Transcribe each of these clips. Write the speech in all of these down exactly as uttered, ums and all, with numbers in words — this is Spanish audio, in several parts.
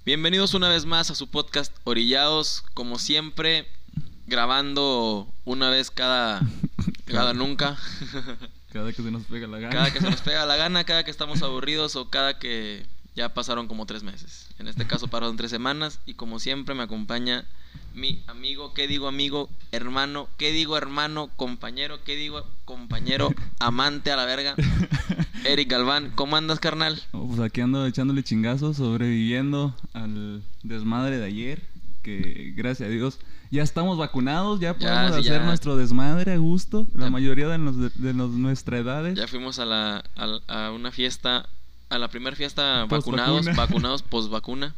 Bienvenidos una vez más a su podcast Orillados, como siempre, grabando una vez cada, cada nunca. Cada que se nos pega la gana. Cada que se nos pega la gana, cada que estamos aburridos o cada que ya pasaron como tres meses. En este caso pasaron tres semanas y como siempre me acompaña mi amigo, ¿qué digo amigo? Hermano, ¿qué digo hermano? Compañero, ¿qué digo compañero? Amante a la verga. Eric Galván, ¿cómo andas, carnal? Oh, pues aquí ando echándole chingazos, sobreviviendo al desmadre de ayer. Que gracias a Dios ya estamos vacunados, ya podemos ya, sí, hacer ya. nuestro desmadre a gusto. La ya. mayoría de, los, de, de los, nuestra edades. Ya fuimos a, la, a, a una fiesta, a la primera fiesta vacunados, vacunados post vacuna.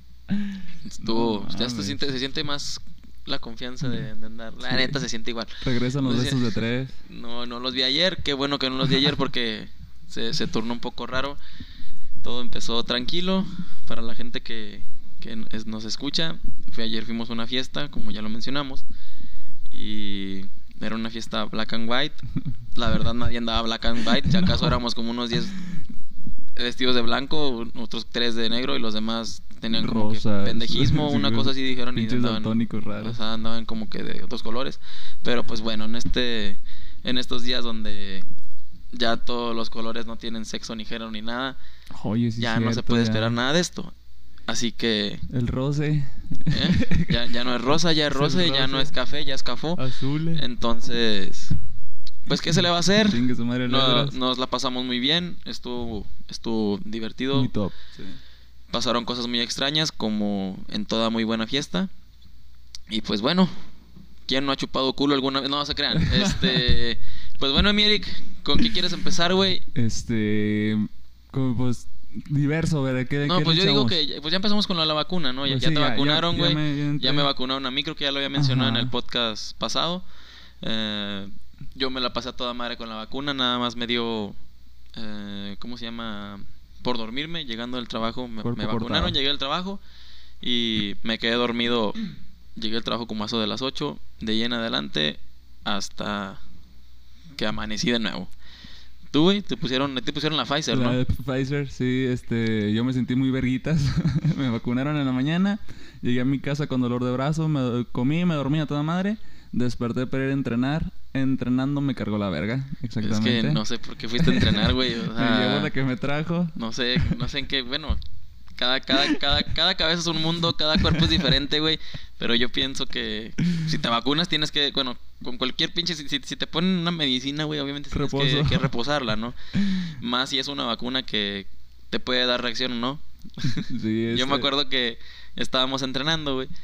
Estuvo, no, ya se siente, se siente más la confianza de, de andar. La sí. neta se siente igual. Regresan los besos de tres. No, no los vi ayer. Qué bueno que no los vi ayer porque se, se tornó un poco raro. Todo empezó tranquilo para la gente que, que nos escucha. Fue ayer fuimos a una fiesta, como ya lo mencionamos, y era una fiesta black and white. La verdad nadie andaba black and white. Si acaso no. éramos como unos diez vestidos de blanco, otros tres de negro y los demás tenían como Rosas, que pendejismo, sí, una cosa así dijeron y andaban, o sea, andaban como que de otros colores. Pero pues bueno, en este en estos días donde ya todos los colores no tienen sexo ni género ni nada, Oye, sí ya cierto, no se puede ya. esperar nada de esto. Así que el roce ¿eh? ya, ya no es rosa, ya es roce, ya no es café, ya es cafó. Azul. Entonces, pues ¿qué se le va a hacer? Su madre no, nos la pasamos muy bien, estuvo estuvo divertido. Muy top, sí. Pasaron cosas muy extrañas como en toda muy buena fiesta. Y pues bueno, ¿quién no ha chupado culo alguna vez? No se crean. Este, pues bueno, mi Eric, ¿con qué quieres empezar, güey? Este, como pues diverso, ¿verdad? ¿Qué, no, qué pues yo digo que pues ya empezamos con la, la vacuna, ¿no? Ya, pues ya sí, te ya, vacunaron, güey. Ya, ya, ya, ya me vacunaron a mí, creo que ya lo había mencionado Ajá. en el podcast pasado. Eh, yo me la pasé a toda madre con la vacuna, nada más me dio, eh, ¿cómo se llama? Por dormirme, llegando del trabajo, me, me vacunaron, cortado. Llegué al trabajo y me quedé dormido. Llegué al trabajo como a eso de las ocho, de ahí en adelante hasta que amanecí de nuevo. Tú, güey, te pusieron, te pusieron la Pfizer, ¿no? La Pfizer, sí, este, yo me sentí muy verguitas. Me vacunaron en la mañana, llegué a mi casa con dolor de brazo, me comí, me dormí a toda madre, desperté para ir a entrenar, entrenando me cargó la verga, exactamente. Es que no sé por qué fuiste a entrenar, güey. O sea, me llevó la que me trajo. No sé, no sé en qué, bueno, cada, cada, cada, cada cabeza es un mundo, cada cuerpo es diferente, güey. Pero yo pienso que si te vacunas tienes que, bueno, con cualquier pinche, si, si te ponen una medicina, güey, obviamente tienes que, que reposarla, ¿no? Más si es una vacuna que te puede dar reacción, ¿no? Sí, este... Yo me acuerdo que estábamos entrenando, güey,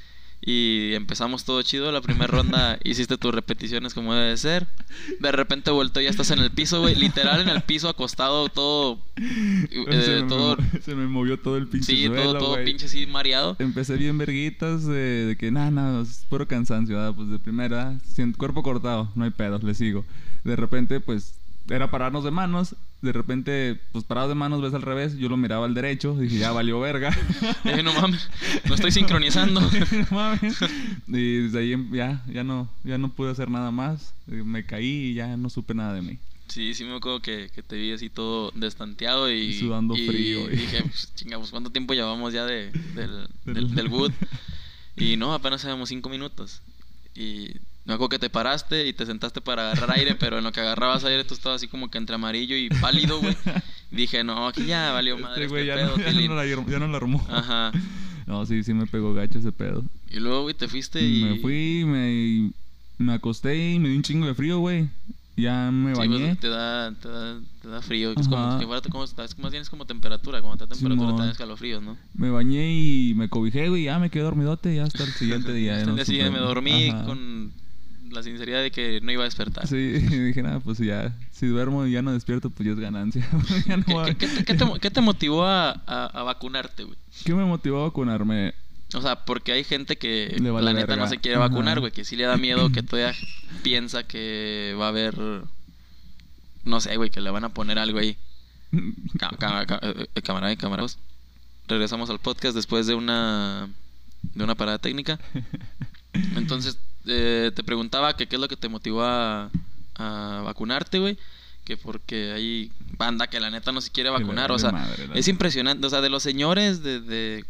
y empezamos todo chido. La primera ronda hiciste tus repeticiones como debe de ser. De repente vuelto y ya estás en el piso, güey. Literal en el piso, acostado, todo... Eh, se, todo me, se me movió todo el pinche Sí, suelo, todo, todo güey. pinche así mareado. Empecé bien verguitas de, de que nada, nada, es puro cansancio, ¿verdad? Pues de primera, siento cuerpo cortado, no hay pedos, le sigo. De repente, pues, era pararnos de manos. De repente, pues parados de manos ves al revés. Yo lo miraba al derecho. Dije, ya valió verga. Eh, no mames, no estoy sincronizando. No mames. Y desde ahí ya, ya no, ya no pude hacer nada más. Me caí y ya no supe nada de mí. Sí, sí me acuerdo que, que te vi así todo destanteado y... y sudando y, frío. Y dije, pues, chinga, pues ¿cuánto tiempo llevamos ya de, del, del, del Wood? Y no, apenas llevamos cinco minutos. Y... me acuerdo que te paraste y te sentaste para agarrar aire, pero en lo que agarrabas aire tú estabas así como que entre amarillo y pálido, güey. Dije, no, aquí ya valió madre este, este güey, pedo, ya, no, ya, no la, ya no la armó. Ajá. No, sí, sí me pegó gacho ese pedo. Y luego, güey, te fuiste y... Me fui, me, me acosté y me dio un chingo de frío, güey. Ya me bañé. Sí, pues, te da, te da, te da frío. Es como, que fuera, como, es más bien es como temperatura. Cuando te da temperatura sí, te da escalofríos, ¿no? Me bañé y me cobijé, güey. Ya me quedé dormidote. Ya hasta el siguiente día. Hasta el día siguiente me dormí Ajá. con la sinceridad de que no iba a despertar. Sí, dije, nada, pues ya. Si duermo y ya no despierto, pues ya es ganancia. Ya no ¿Qué, ¿Qué, qué, qué, te, ¿Qué te motivó a, a, a vacunarte, güey? ¿Qué me motivó a vacunarme? O sea, porque hay gente que le vale la neta verga. no se quiere Ajá. vacunar, güey. Que sí le da miedo, que todavía piensa que va a haber... No sé, güey, que le van a poner algo ahí. Cámara, cámara, cámara. Regresamos al podcast después de una de una parada técnica. Entonces, eh, te preguntaba que qué es lo que te motivó a, a vacunarte, güey. Que porque hay banda que la neta no se quiere vacunar. O sea, madre, es impresionante. O sea, de los señores de, de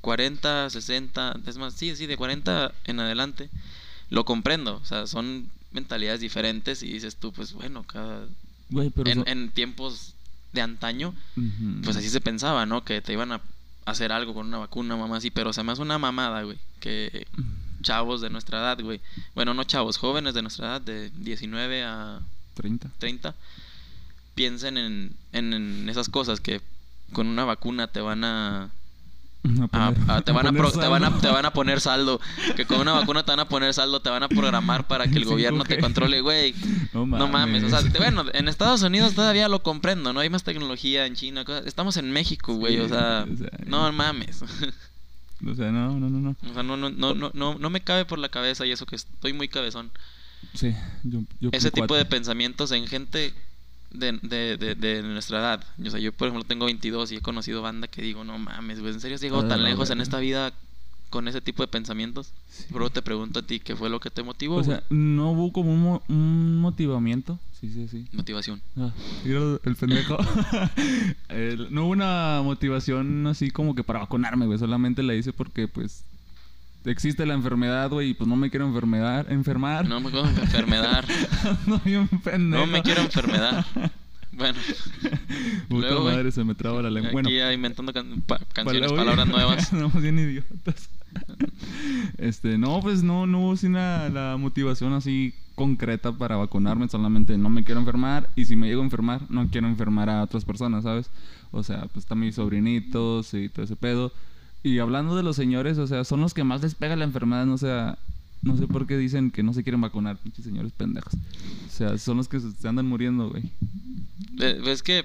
cuarenta, sesenta, es más, sí, sí, de cuarenta en adelante, lo comprendo. O sea, son mentalidades diferentes y dices tú, pues bueno, cada... Güey, pero... En, so- en tiempos de antaño, Ujú. pues así se pensaba, ¿no? Que te iban a hacer algo con una vacuna, mamá, así. Pero se me hace una mamada, güey, que chavos de nuestra edad, güey. Bueno, no chavos, jóvenes de nuestra edad, de diecinueve a treinta. treinta, piensen en, en, en esas cosas que con una vacuna te van a... A a- poner- a- te, a van a poner pro- te, van a, saldo. te van a poner saldo. Que con una vacuna te van a poner saldo, te van a programar para que el gobierno te cinco G. controle, güey. No No mames. O mames. sea, te- bueno, en Estados Unidos todavía lo comprendo, ¿no? Hay más tecnología en China, cosas. Estamos en México, güey. Sí, o sea, o sea, no mames. O sea, no, no, no, no. O sea, no, no, no, no, no, no me cabe por la cabeza y eso que estoy muy cabezón. Sí, yo, yo Ese fui tipo de cuatro. pensamientos en gente de, de, de, de nuestra edad. O sea, yo por ejemplo tengo veintidós y he conocido banda que digo, no mames, güey, ¿en serio has llegado Ah, tan la lejos en verga. esta vida con ese tipo de pensamientos? Sí. Bro, te pregunto a ti, ¿qué fue lo que te motivó? O sea, no hubo como un, mo- un motivamiento. Sí, sí, sí. güey? Motivación. Ah, mira el pendejo. El- no hubo una motivación así como que para vacunarme, güey. Solamente la hice porque, pues, existe la enfermedad, güey, y pues no me quiero enfermedad, enfermar. No me quiero enfermedad. No, bien pendejo. No me quiero enfermedad. Bueno, Puta luego, güey, madre, se me traba la lengua. aquí Bueno, ya inventando can- pa- canciones, Pala- palabras oye, nuevas. No, bien idiotas. Este, no, pues no, no hubo así una, la motivación así concreta para vacunarme. Solamente no me quiero enfermar. Y si me llego a enfermar, no quiero enfermar a otras personas, ¿sabes? O sea, pues están mis sobrinitos y todo ese pedo. Y hablando de los señores, o sea, son los que más les pega la enfermedad, no sea... No sé por qué dicen que no se quieren vacunar, pinches señores pendejos. O sea, son los que se, se andan muriendo, güey. Eh, Ves que,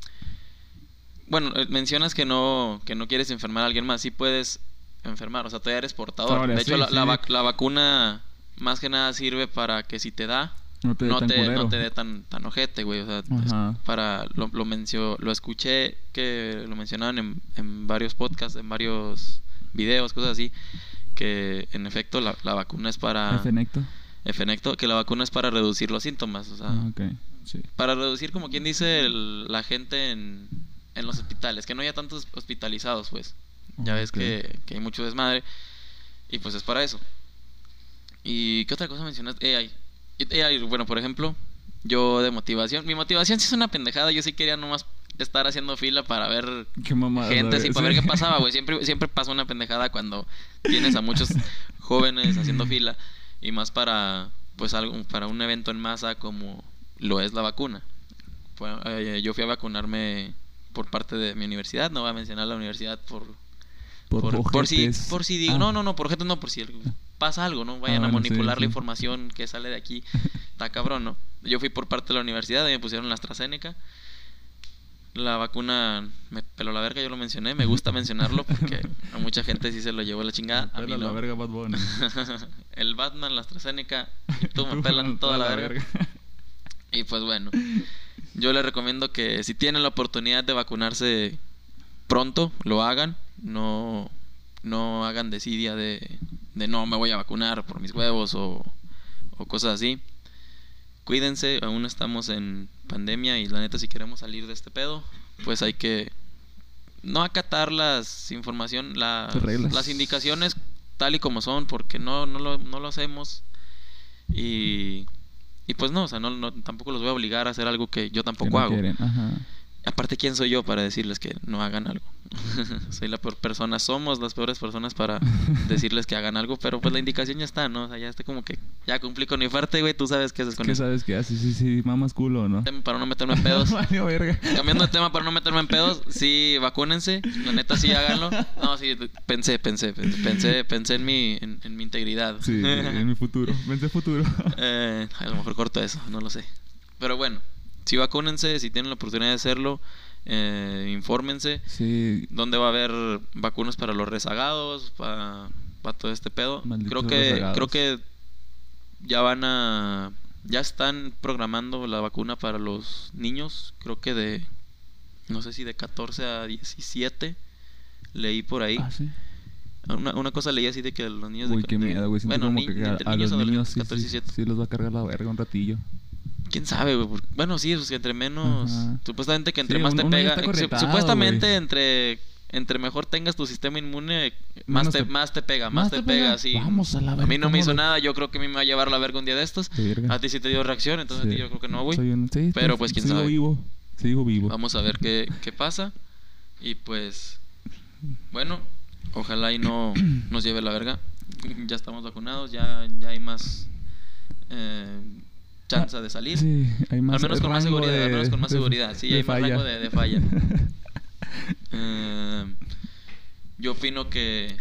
bueno, eh, mencionas que no, que no quieres enfermar a alguien más. Sí puedes enfermar, o sea, todavía eres portador. Ahora, De hecho, sí, la, la sí. vac- la vacuna más que nada sirve para que si te da, No te dé no tan te, culero. no te dé tan, tan ojete, güey. O sea, es Ajá. para, lo, lo, mencio, lo escuché que lo mencionaban en, en varios podcasts, en varios videos, cosas así. Que en efecto la, la vacuna es para... Efenecto. Efecto, que la vacuna es para reducir los síntomas, o sea... Ah, ok, sí. Para reducir, como quien dice, el- la gente en, en los hospitales. Que no haya tantos hospitalizados, pues. Ya ves Ok. que, que hay mucho desmadre. Y pues es para eso. ¿Y qué otra cosa mencionaste? A I. Y- A I, bueno, por ejemplo, yo de motivación. Mi motivación sí es una pendejada. Yo sí quería nomás estar haciendo fila para ver Qué mamada. gente así, güey, para sí. ver qué pasaba, güey. Siempre, siempre pasa una pendejada cuando tienes a muchos jóvenes haciendo fila. Y más para, pues, algo, para un evento en masa como lo es la vacuna. Fue- eh, yo fui a vacunarme por parte de mi universidad. No voy a mencionar la universidad por... Por, Por, por si, ojetes. por si digo, Ah, no, no, no, por gente no, por si pasa algo, ¿no? Vayan Ah, a bueno, sí, manipular la sí. información que sale de aquí. Está cabrón, ¿no? Yo fui por parte de la universidad y me pusieron la AstraZeneca. La vacuna me peló la verga, yo lo mencioné. Me gusta mencionarlo porque a mucha gente sí se lo llevó la chingada. A mí Pela la no. verga Bad Bunny. El Batman, la AstraZeneca y tú me pelan toda la verga. Y pues bueno, yo les recomiendo que si tienen la oportunidad de vacunarse pronto, lo hagan. No, no hagan desidia de, de no me voy a vacunar por mis huevos o, o cosas así. Cuídense, aún estamos en pandemia y la neta si queremos salir de este pedo, pues hay que no acatar las información, las, Reglas. las indicaciones tal y como son, porque no, no, lo, no lo hacemos. Y, y pues no, o sea, no, no, tampoco los voy a obligar a hacer algo que yo tampoco Que no hago. quieren, ajá. Aparte, ¿quién soy yo para decirles que no hagan algo? Soy la peor persona, somos las peores personas para decirles que hagan algo, pero pues la indicación ya está, ¿no? O sea, ya está como que ya cumplí con mi parte, güey, tú sabes qué haces con ¿Qué eso. sabes qué haces? Sí, sí, mamas culo, ¿no? Para no meterme en pedos. Valió verga. Cambiando de tema para no meterme en pedos, sí, vacúnense, la neta sí háganlo. No, sí, pensé, pensé, pensé, pensé en mi, en, en mi integridad. Sí, en mi futuro. Vence futuro. Eh, a lo mejor corto eso, no lo sé. Pero bueno, sí vacúnense, si tienen la oportunidad de hacerlo, eh, infórmense. Sí. ¿Dónde va a haber vacunas para los rezagados? Para, para todo este pedo. Malditos Creo que, rezagados. creo que ya van a, ya están programando la vacuna para los niños. Creo que de, no sé si de catorce a diecisiete. Leí por ahí. Ah, sí. Una, una cosa leí así de que los niños Uy, de, qué de- miedo, güey. Siento bueno, como ni- que a, entre a niños los niños adolescentes, sí, catorce y sí, diecisiete. sí los va a cargar la verga un ratillo. ¿Quién sabe, güey? Por- Bueno, sí, pues que entre menos... Ajá. Supuestamente que entre Sí, más uno- te uno ya pega... está su- corretado, supuestamente güey. entre entre mejor tengas tu sistema inmune, más Menos te, te- más te pega, más, ¿Más te, te pega, pega? sí. Vamos a la A verga, mí no me ¿cómo hizo lo- nada, yo creo que a mí me va a llevar la verga un día de estos. Verga. A ti sí te dio reacción, entonces a Sí. ti yo creo que no, güey. Soy un- sí, Pero pues, pues quién sigo sabe. vivo. Sigo vivo. Vamos a ver qué, qué pasa. Y pues, bueno, ojalá y no nos lleve la verga. Ya estamos vacunados, ya, ya hay más eh, chance de salir. Sí, hay más Al menos con más rango seguridad, de- al menos con más de- seguridad. Sí, de hay más falla. rango de, de falla. Eh, yo opino que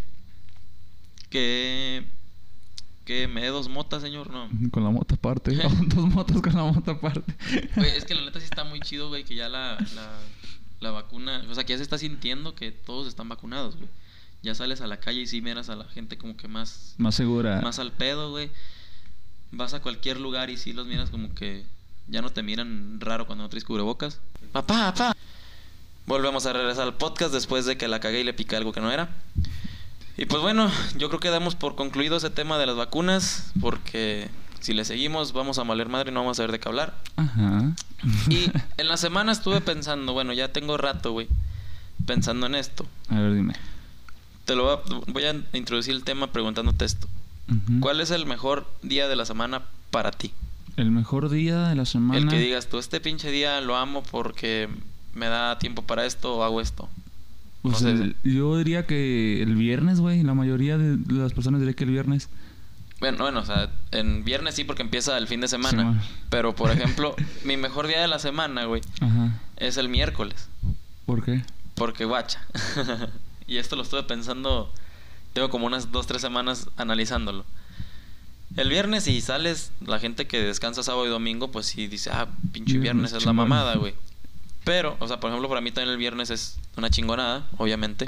que que me dé dos motas, señor. No, Con la moto aparte. Dos motos con la moto aparte. güey, es que la neta sí está muy chido, güey, que ya la, la, la vacuna, o sea, que ya se está sintiendo que todos están vacunados, güey. Ya sales a la calle y sí miras a la gente como que más Más segura. más al pedo, güey. Vas a cualquier lugar y sí los miras como que ya no te miran raro cuando no traes cubrebocas. Papá, papá. Volvemos a regresar al podcast después de que la cagué y le piqué algo que no era. Y pues bueno, yo creo que damos por concluido ese tema de las vacunas, porque si le seguimos vamos a valer madre y no vamos a saber de qué hablar. Ajá. Y en la semana estuve pensando, bueno, ya tengo rato, güey, pensando en esto. A ver, dime. Te lo voy a, voy a introducir el tema preguntándote esto. Ujú. ¿Cuál es el mejor día de la semana para ti? El mejor día de la semana. El que digas tú, este pinche día lo amo porque me da tiempo para esto o hago esto. Pues no sé. el- yo diría que el viernes, güey. La mayoría de las personas diría que el viernes. Bueno, bueno, o sea, en viernes sí porque empieza el fin de semana. Sí, man. Pero, por ejemplo, mi mejor día de la semana, güey, Ajá. es el miércoles. ¿Por qué? Porque, guacha. Y esto lo estuve pensando, tengo como unas dos, tres semanas analizándolo. El viernes, si sales, la gente que descansa sábado y domingo, pues sí dice, ah, pinche Viernes, viernes es la chingón. mamada, güey. Pero, o sea, por ejemplo, para mí también el viernes es una chingonada, obviamente.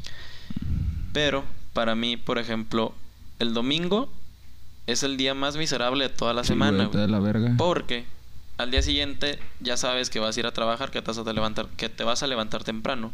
Pero, para mí, por ejemplo, el domingo es el día más miserable de toda la Sí, semana, güey, te da güey. la verga. Porque al día siguiente ya sabes que vas a ir a trabajar, que te vas a levantar, que te vas a levantar temprano.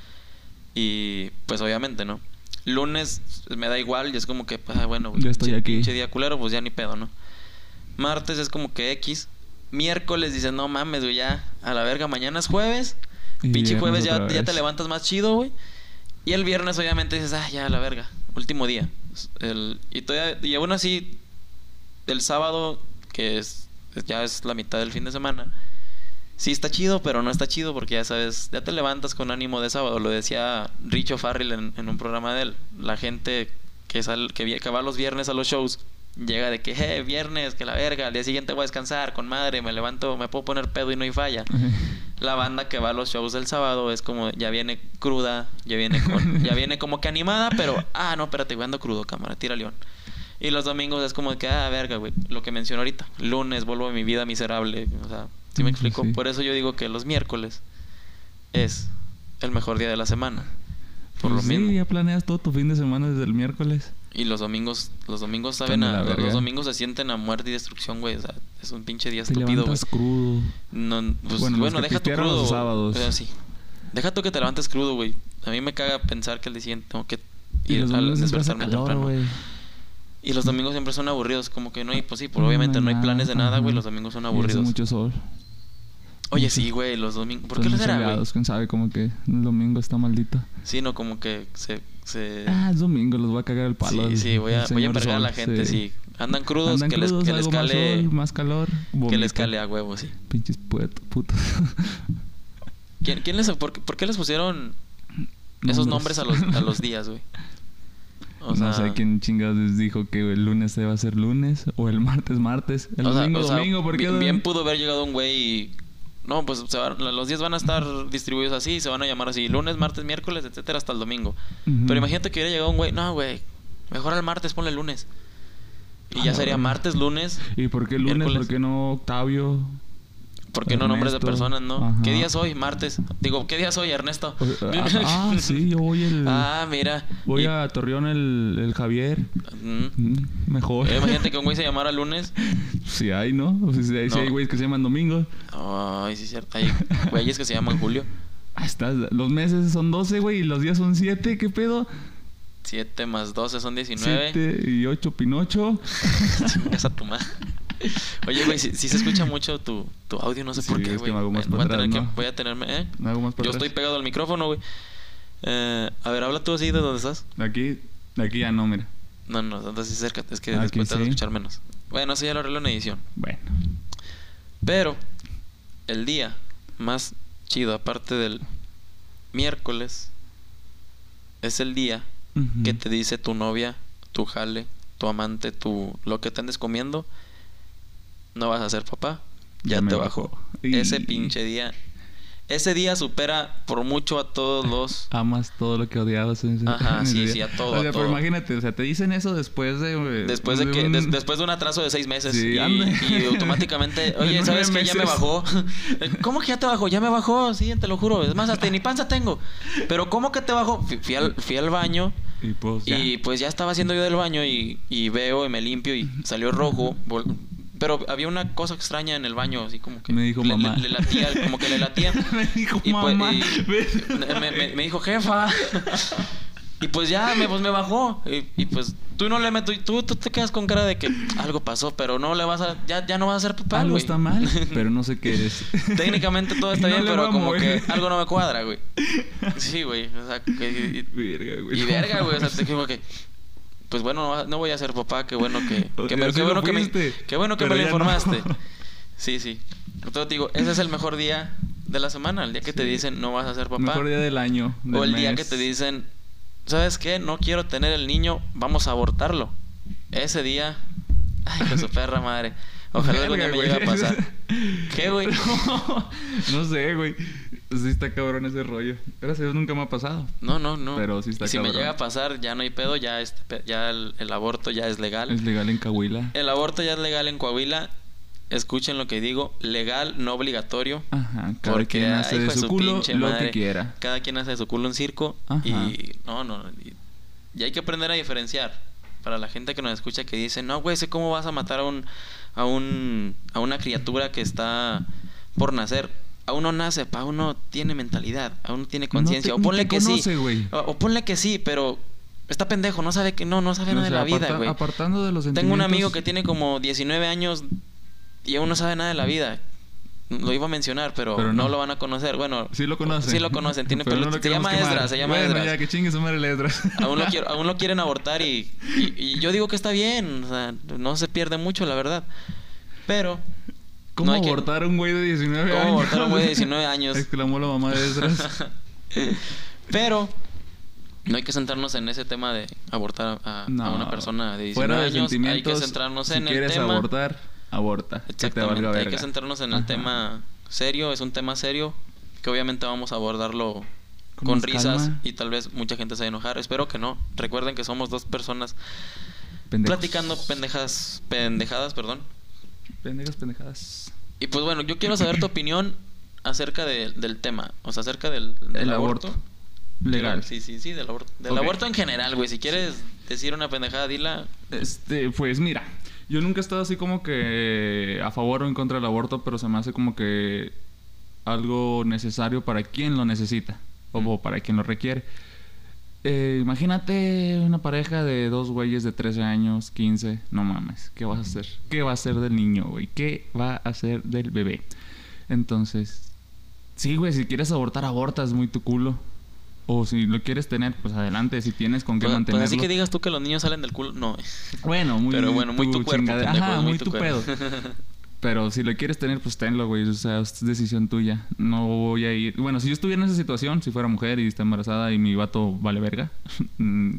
Y pues obviamente, ¿no? Lunes me da igual y es como que, pues, ah, bueno, güey, Ya estoy pinche- aquí. pinche día culero, pues ya ni pedo, ¿no? Martes es como que X. Miércoles dices, no mames, güey, ya a la verga, mañana es jueves. Y Pinche viernes jueves ya, otra ya te vez. levantas más chido, güey. Y el viernes obviamente dices, ah, ya a la verga, último día. El, y, todavía, y aún así, el sábado, que es ya es la mitad del fin de semana, sí está chido, pero no está chido porque ya sabes, ya te levantas con ánimo de sábado. Lo decía Richo Farrell en, en un programa de él. La gente que, sal, que, vi- que va los viernes a los shows llega de que, eh, viernes, que la verga, al día siguiente voy a descansar, con madre, me levanto, me puedo poner pedo y no hay falla. La banda que va a los shows del sábado es como, ya viene cruda, ya viene con, ya viene como que animada, pero, ah, no, espérate, güey, ando crudo, cámara, tira león. Y los domingos es como que, ah, verga, güey, lo que menciono ahorita, lunes vuelvo a mi vida miserable, o sea, ¿sí me Sí, explico? sí. Por eso yo digo que los miércoles es el mejor día de la semana, por Pues lo sí, mismo. ya planeas todo tu fin de semana desde el miércoles. Y los domingos, los domingos saben Están de a, la los, los verga. domingos se sienten a muerte y destrucción, güey, o sea, es un pinche día Te estúpido, güey. levantas crudo. No, pues, Bueno, bueno, los que deja tu pistearon crudo. los sábados. eh, sí. Deja tú que te levantes crudo, güey. A mí me caga pensar que el día siguiente tengo que Y ir los a domingos siempre hace despertarme calor, temprano. güey. Y los domingos siempre son aburridos, como que no hay, pues sí, pues No obviamente hay no hay nada, planes de nada, güey. ajá. Los domingos son Y hace aburridos. mucho sol. Oye, mucho- sí, güey, los domingos. ¿Por Son qué lo muy será, güey? soleados, quién sabe, como que el domingo está maldito. Sí, no, como que se. se... Ah, es domingo, los voy a cagar el palo. sí, el- sí, voy a, el voy a señor envergar a la sol, gente, sí. Andan crudos, Andan que, les, crudos, que les algo más cale. sol, más calor. Que les vomita. cale a huevo, sí. Pinches puet- putos. ¿Quién, quién les, por, qué- por qué les pusieron esos nombres a los, a los días, güey? O sea, no sé quién chingados les dijo que el lunes se va a ser lunes o el martes martes. El o sea, domingo o sea, domingo, ¿por qué? bien, bien pudo haber llegado un güey y... No, pues se van- los días van a estar distribuidos así, se van a llamar así, lunes, martes, miércoles, etcétera, hasta el domingo. Ujú. Pero imagínate que hubiera llegado un güey, no, güey, mejor al martes ponle el lunes. Y A ya la sería verga. martes, lunes. ¿Y por qué lunes? miércoles. ¿Por qué no Octavio? ¿Por qué no nombres de Ernesto. personas, no? Ajá. ¿Qué día es hoy? Martes. Digo, ¿qué día es hoy, Ernesto? Ah, ah, sí, yo voy el... Ah, mira. Voy Y- a Torreón el, el Javier. Mm. Mm, mejor. Eh, imagínate que un güey se llamara lunes. Si hay, ¿no? O sea, si hay, si No. hay güeyes que se llaman domingo. Ay, sí es cierto. Hay güeyes que se llaman Julio. Ah, estás, los meses son doce, güey, y los días son siete. ¿Qué pedo? siete más doce son diecinueve. siete y ocho Pinocho. Chingas a tu madre. Oye, güey, si, se escucha mucho tu, tu audio, no sé Sí, por qué, es que güey. me hago más voy, para a tener atrás, que- ¿no? voy a tenerme, ¿eh? Me hago más para Yo atrás. estoy pegado al micrófono, güey. Eh, a ver, habla tú así de dónde estás. De aquí, de aquí ya no, mira. No, no, entonces acércate, es que Aquí después te vas a sí. escuchar menos. Bueno, eso ya lo arreglo en edición. Bueno. Pero el día más chido, aparte del miércoles, es el día Ujú. que te dice tu novia, tu jale, tu amante, tu lo que te andes comiendo, no vas a ser papá, ya, Ya me te bajó. bajó. Y- Ese pinche día, ese día supera por mucho a todos los... Amas todo lo que odiabas en ese, Ajá, en ese sí, día. sí, a todo, O sea, a pero todo. imagínate, o sea, te dicen eso después de... eh, Después de que un- des- después de un atraso de seis meses Sí, y, ande. y automáticamente, De oye, ¿sabes nueve qué? Ya me meses. bajó. ¿Cómo que ya te bajó? Ya me bajó, sí, te lo juro. Es más, hasta ni panza tengo. Pero ¿cómo que te bajó? Fui, fui al, fui al baño Y pues ya. y pues ya estaba haciendo yo del baño y, y veo y me limpio y salió rojo. Vol- Pero había una cosa extraña en el baño, así como que... Me dijo le, mamá. Le, le latía, como que le latía. Me dijo Y pues, mamá. y- me, me- me dijo jefa. Y pues ya me, pues me bajó. Y, y pues tú no le meto. Tú, tú te quedas con cara de que algo pasó, pero no le vas a. Ya, ya no vas a ser papá, Algo güey. está mal, pero no sé qué es. Técnicamente todo Y está no bien, le pero va a como mover. que algo no me cuadra, güey. Sí, güey. O sea, que- y, Verga, güey. y verga, güey. O sea, te digo que. Pues bueno, no, no voy a ser papá. Qué bueno que. O que sea, me, sí qué lo bueno que me, fuiste, qué bueno que pero me lo ya no. informaste. Sí, sí. Entonces te digo, ese es el mejor día de la semana. El día que te Sí. dicen no vas a ser papá. Mejor día del año. O del el día mes. que te dicen, ¿sabes qué? No quiero tener el niño, vamos a abortarlo. Ese día, ay, con su perra madre. Ojalá algún día me Verga, llegue a güey. pasar. ¿Qué, güey? No sé, güey. Sí está cabrón ese rollo. Gracias a Dios nunca me ha pasado. No, no, no. Pero sí está y si cabrón. me llega a pasar, ya no hay pedo, ya, este pe- ya el, el aborto ya es legal. Es legal en Cahuila. El aborto ya es legal en Coahuila. Escuchen lo que digo, legal, no obligatorio. Ajá. Cada Porque, quien hace ay, de hijo de su su culo pinche lo madre. que quiera. Cada quien hace de su culo un circo. Ajá. Y no, no. Y, y hay que aprender a diferenciar. Para la gente que nos escucha que dice, no, güey, sé cómo vas a matar a un, a un, a una criatura que está por nacer. Aún no nace, pa, aún no tiene mentalidad, aún no tiene conciencia. No o te- ponle ni te que conoce, sí. güey. O, o ponle que sí, pero está pendejo, no sabe que no, no sabe O nada sea, de la vida, aparta- güey. Apartando de los Tengo un amigo sentimientos- que tiene como diecinueve años y aún no sabe nada de la vida. Lo iba a mencionar, pero, Pero no. no. lo van a conocer. Bueno, Sí lo conocen. Sí lo conocen, tiene Pero pelo- no lo se queremos llama quemar. Esdras, se llama Bueno, Esdras. ya, que chingue su madre el Esdras. Aún lo, quiero, aún lo quieren abortar y, y, y yo digo que está bien. O sea, no se pierde mucho, la verdad. Pero... ¿Cómo no hay que- abortar a un güey de diecinueve ¿Cómo años? abortar a un güey de diecinueve años? Exclamó la mamá de Esdras. Pero... no hay que centrarnos en ese tema de abortar a, a No. una persona de Fuera diecinueve de años. Hay sentimientos, que centrarnos si en el quieres tema... abortar, aborta. Que te Exactamente, valga hay verga. que centrarnos en el Ajá. tema serio. Es un tema serio que obviamente vamos a abordarlo Con con más risas calma. y tal vez mucha gente se va a enojar. Espero que no. Recuerden que somos dos personas Pendejos. platicando pendejas, pendejadas, perdón. Pendejas, pendejadas. Y pues bueno, yo quiero saber tu opinión acerca de- del tema, o sea, acerca del, del El aborto. aborto. Legal. Sí, sí, sí, del aborto. Del Ok. aborto en general, güey. Si quieres decir una pendejada, dila. Este, pues mira, yo nunca he estado así como que a favor o en contra del aborto, pero se me hace como que algo necesario para quien lo necesita o Mm. para quien lo requiere. Eh, imagínate una pareja de dos güeyes de trece años, quince, no mames, ¿qué vas a hacer? ¿Qué va a hacer del niño, güey? ¿Qué va a hacer del bebé? Entonces, sí, güey, si quieres abortar, abortas, muy tu culo. O si lo quieres tener, pues adelante, si tienes con qué Pues, pues mantenerlo. así que digas tú que los niños salen del culo. No. Bueno, muy Pero bueno, muy tu cuerpo, chingadera. pendejo, Ajá, muy muy tu tu cuerpo. pedo. Pero si lo quieres tener, pues tenlo, güey. O sea, es decisión tuya. No voy a ir... Bueno, si yo estuviera en esa situación, si fuera mujer y está embarazada y mi vato vale verga... mm,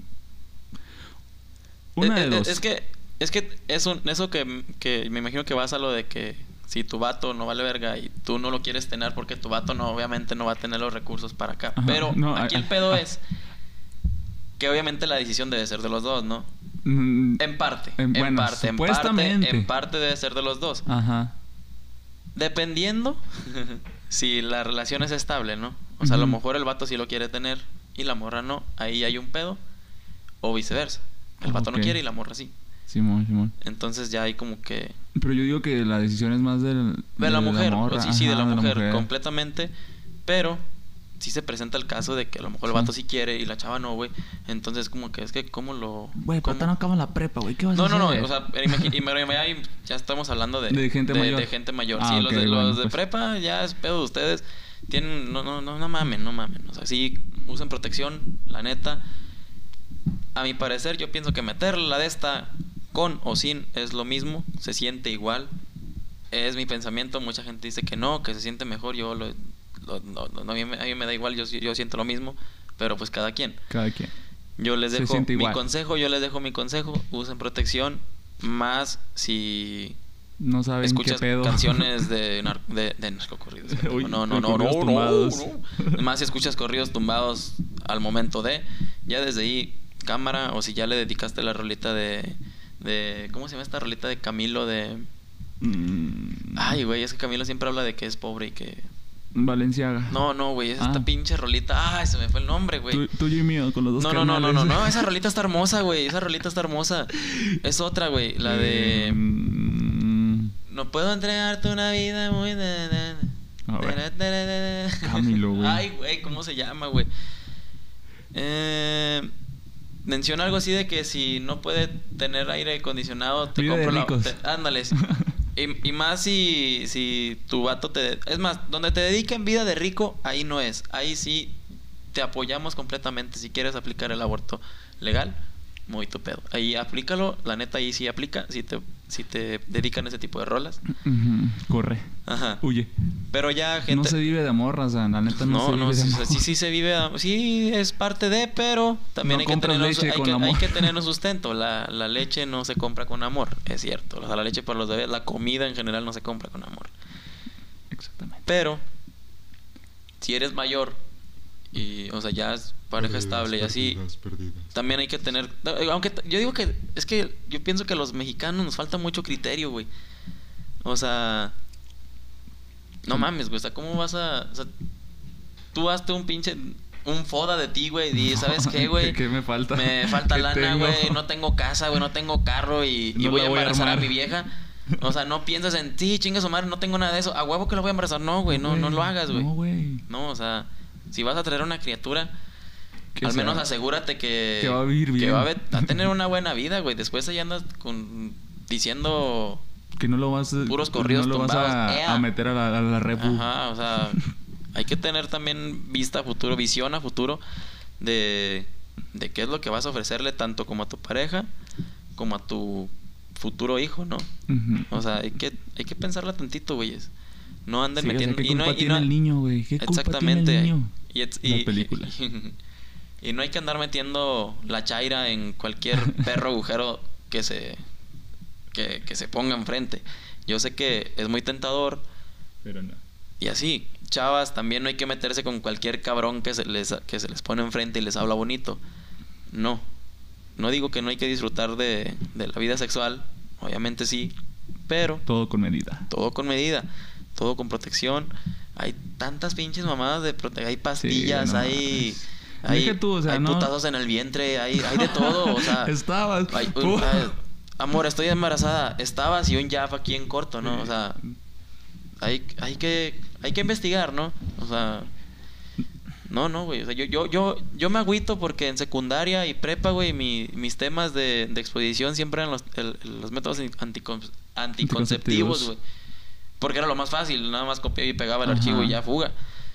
una Eh, de eh, dos. Es que, es que eso, eso que, que me imagino que vas a lo de que si tu vato no vale verga y tú no lo quieres tener porque tu vato no, obviamente no va a tener los recursos para acá. Ajá, Pero no, aquí a- el pedo a- es que obviamente la decisión debe ser de los dos, ¿no? Mm, En parte, En- en, bueno, parte, en parte, supuestamente. en parte debe ser de los dos. Ajá. Dependiendo si la relación es estable, ¿no? O sea, a lo Ujú. mejor el vato sí lo quiere tener y la morra no. Ahí hay un pedo. O viceversa. El vato Ok. no quiere y la morra sí. Simón, Simón. Entonces ya hay como que... Pero yo digo que la decisión es más del, De la mujer. morra. o sí, sí, de Ajá, la mujer. Completamente. Pero sí se presenta el caso de que a lo mejor el Sí. vato sí quiere y la chava no, güey. Entonces como que es que cómo lo... Güey, cómo- pero no acaba la prepa, güey. ¿Qué vas No, a no, no, hacer? o sea, imagi- y me- me- ahí ya estamos hablando de, De gente mayor. de gente mayor. Ah, Sí, ok, los de, bueno, los de pues. prepa ya es pedo de ustedes. Tienen, no, no, no, no mamen, no mamen. O sea, sí, usen protección, la neta. A mi parecer, yo pienso que meterla de esta con o sin es lo mismo, se siente igual. Es mi pensamiento, mucha gente dice que no, que se siente mejor. Yo lo, lo, no, no, a, mí me, a mí me da igual, yo, yo siento lo mismo, pero pues cada quien. Cada quien. Yo les dejo mi consejo, yo les dejo mi consejo, usen protección, más si no saben escuchas qué pedo. canciones de, nar de, de narcocorridos. Uy, no, no, no, no, no, no, no. Más si escuchas corridos tumbados al momento de, ya desde ahí, cámara, o si ya le dedicaste la rolita de, de ¿cómo se llama esta rolita de Camilo de... Mm. Ay, güey, es que Camilo siempre habla de que es pobre y que... Valenciaga. No, no, güey, es ah. esta pinche rolita. Ay, se me fue el nombre, güey. Tuyo y mío, con los dos no, no, no, no, no, no, esa rolita está hermosa, güey. Esa rolita está hermosa. Es otra, güey, la de... Mm. No puedo entregarte una vida muy... Camilo, güey. Ay, güey, ¿cómo se llama, güey? Eh... Menciona algo así de que si no puede tener aire acondicionado, te vida compro de la... ricos. Te, ándale. Y, y más si, si tu vato te... Es más, donde te dediquen vida de rico, ahí no es. Ahí sí te apoyamos completamente. Si quieres aplicar el aborto legal, muy tu pedo. Ahí aplícalo, la neta ahí sí aplica. Si te, si te dedican ese tipo de rolas. Uh-huh. Corre. Ajá. Huye. Pero ya gente... No se vive de amor, o sea, la neta no, no se vive no, de sí, amor. sí, sí se vive... Sí es parte de, pero también no hay, que tener un, hay, que, hay que tener un sustento. La, la leche no se compra con amor, es cierto. O sea, la leche para los bebés, la comida en general no se compra con amor. Exactamente. Pero, si eres mayor y, o sea, ya es pareja perdidas, estable y así, perdidas, perdidas. También hay que tener... Aunque yo digo que... Es que yo pienso que a los mexicanos nos falta mucho criterio, güey. O sea... No mames, güey. O sea, ¿cómo vas a...? O sea, tú hazte un pinche... Un foda de ti, güey. Y ¿sabes qué, güey? ¿Qué me falta? Me falta lana, güey. No tengo casa, güey. No tengo carro y, no y voy a embarazar a, a mi vieja. O sea, no piensas en ti, chinga su madre, no tengo nada de eso. A huevo que lo voy a embarazar. No, güey. No, no lo hagas, güey. No, güey. No, o sea... Si vas a traer una criatura, al sea, menos asegúrate que... Que va a vivir bien. Que va a, a tener una buena vida, güey. Después ahí andas con... Diciendo... Que no lo vas a... Puros corridos no lo tumbados. Vas a, a meter a la, a la repu. Ajá, o sea... Hay que tener también vista a futuro, visión a futuro de... De qué es lo que vas a ofrecerle tanto como a tu pareja como a tu futuro hijo, ¿no? Uh-huh. O sea, hay que, hay que pensarla tantito, güeyes. No anden sí, metiendo... O sea, ¿qué y culpa no hay, tiene y no, el niño, güey? ¿Qué culpa exactamente. tiene el niño? Y, y, la película. Y, y no hay que andar metiendo la chaira en cualquier perro agujero que se... Que, que se ponga enfrente. Yo sé que es muy tentador. Pero no. Y así, chavas, también no hay que meterse con cualquier cabrón que se les, que se les pone enfrente y les habla bonito. No. No digo que no hay que disfrutar de, de la vida sexual. Obviamente sí. Pero... Todo con medida. Todo con medida. Todo con protección. Hay tantas pinches mamadas de protección. Hay pastillas, sí, no, hay... Hay, tú, o sea, hay no... putazos en el vientre, hay, hay de todo, o sea... Estabas... Hay, un, hay, amor, estoy embarazada. Estabas y un jab aquí en corto, ¿no? O sea... Hay, hay que... Hay que investigar, ¿no? O sea... No, no, güey. O sea, yo, yo, yo, yo me agüito porque en secundaria y prepa, güey, mi, mis temas de, de exposición siempre eran los, el, los métodos anticon, anticonceptivos, güey. Porque era lo más fácil, nada más copiaba y pegaba el Ajá. archivo y ya fuga.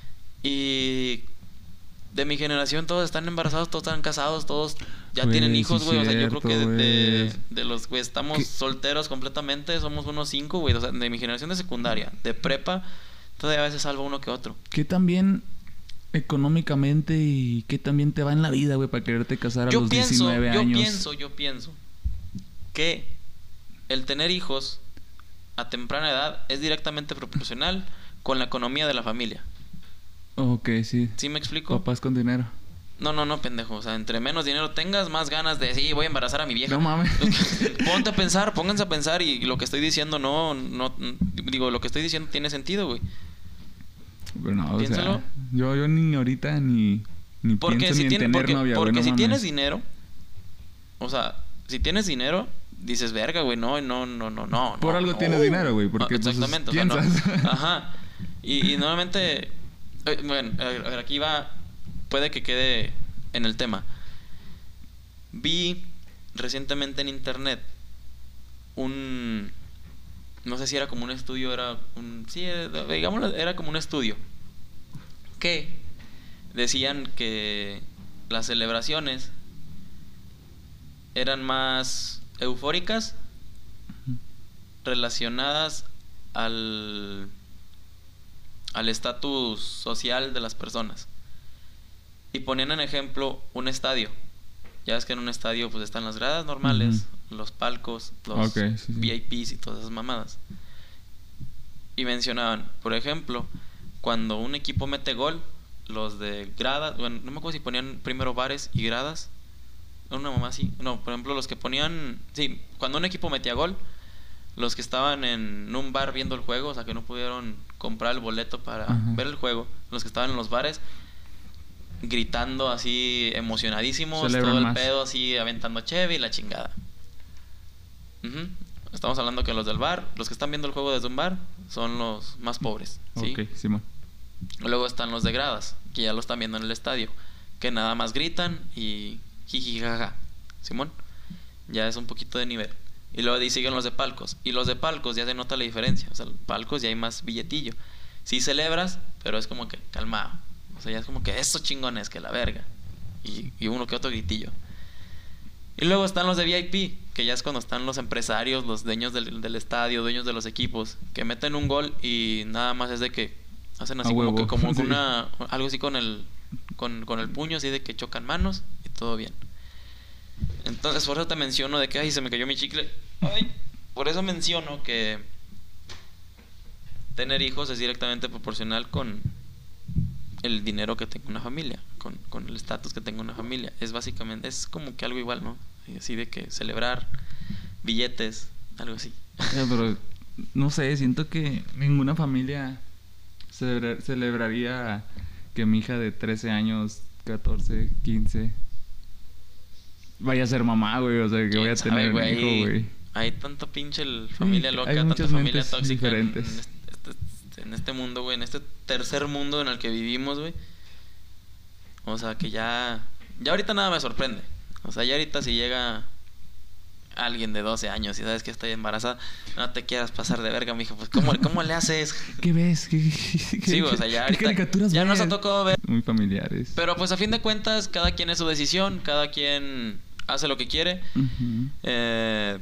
Y de mi generación todos están embarazados, todos están casados, todos ya wey, tienen hijos, güey. Sí o sea, yo creo que de, de, de los güey estamos ¿Qué? solteros completamente, somos unos cinco, güey. O sea, de mi generación de secundaria, de prepa, todavía a veces salvo uno que otro. ¿Qué también económicamente y qué también te va en la vida, güey, para quererte casar a yo los pienso, diecinueve yo años? Yo pienso, yo pienso que el tener hijos a temprana edad es directamente proporcional con la economía de la familia. Ok, sí. ¿Sí me explico? Papás con dinero. No, no, no, pendejo. O sea, entre menos dinero tengas, más ganas de... Sí, voy a embarazar a mi vieja. No mames. Ponte a pensar, pónganse a pensar y lo que estoy diciendo no... no digo, lo que estoy diciendo tiene sentido, güey. Pero no, Piénsalo. O sea, yo, yo ni ahorita ni... ni porque pienso si ni tiene, en tener porque, novia, porque güey, no si mames. tienes dinero... O sea, si tienes dinero... Dices, verga, güey, no, no, no, no, no. Por algo no. tienes dinero, güey, porque no, exactamente, pues, o sea, piensas. No. Ajá. Y, y nuevamente, eh, bueno, a ver, aquí va, puede que quede en el tema. Vi recientemente en internet un, no sé si era como un estudio, era un, sí, digámoslo, era como un estudio que decían que las celebraciones eran más eufóricas, relacionadas al al estatus social de las personas. Y ponían en ejemplo un estadio. Ya ves que en un estadio pues están las gradas normales, uh-huh. los palcos, los okay, sí, sí. V I Ps y todas esas mamadas. Y mencionaban, por ejemplo, cuando un equipo mete gol, los de gradas, bueno, no me acuerdo si ponían primero bares y gradas, una mamá así, no, por ejemplo los que ponían, sí, cuando un equipo metía gol, los que estaban en un bar viendo el juego, o sea que no pudieron comprar el boleto para uh-huh. ver el juego, los que estaban en los bares gritando así emocionadísimos, Celebran todo el más. pedo así aventando cheve y la chingada. Uh-huh. Estamos hablando que los del bar, los que están viendo el juego desde un bar, son los más pobres, ¿sí? Ok, Simón. Luego están los de gradas, que ya lo están viendo en el estadio, que nada más gritan y jiji jaja, Simón. Ya es un poquito de nivel. Y luego ahí siguen los de palcos. Y los de palcos ya se nota la diferencia. O sea, palcos ya hay más billetillo. Sí celebras, pero es como que calmado. O sea, ya es como que eso chingones, que la verga. Y, y uno que otro gritillo. Y luego están los de V I P, que ya es cuando están los empresarios, los dueños del, del estadio, dueños de los equipos, que meten un gol y nada más es de que hacen así A como huevo. que como Sí. una algo así con el con, con el puño, así de que chocan manos y todo bien. Entonces, por eso te menciono de que ay, se me cayó mi chicle. Ay, por eso menciono que tener hijos es directamente proporcional con el dinero que tenga una familia, con, con el estatus que tenga una familia. Es básicamente, es como que algo igual, ¿no? Así de que celebrar billetes, algo así. Ya, pero no sé, siento que ninguna familia celebra- celebraría que mi hija de trece años, catorce, quince vaya a ser mamá, güey. O sea, que voy a ¿Quién tener sabe, un hijo, güey? güey. Hay tanta pinche el- familia Sí, loca, hay tanta muchas familia mentes tóxica en, en diferentes. este, este- en este mundo, güey, en este tercer mundo en el que vivimos, güey. O sea, que ya ya ahorita nada me sorprende. O sea, ya ahorita si llega alguien de doce años y sabes que está embarazada, no te quieras pasar de verga, mijo, pues ¿cómo, cómo le haces? ¿Qué ves? ¿Qué, qué, Sí, o sea, ya qué ahorita caricaturas ya nos ves? ha tocado ver. Muy familiares. Pero pues a fin de cuentas, cada quien es su decisión, cada quien hace lo que quiere. Ujú. Eh,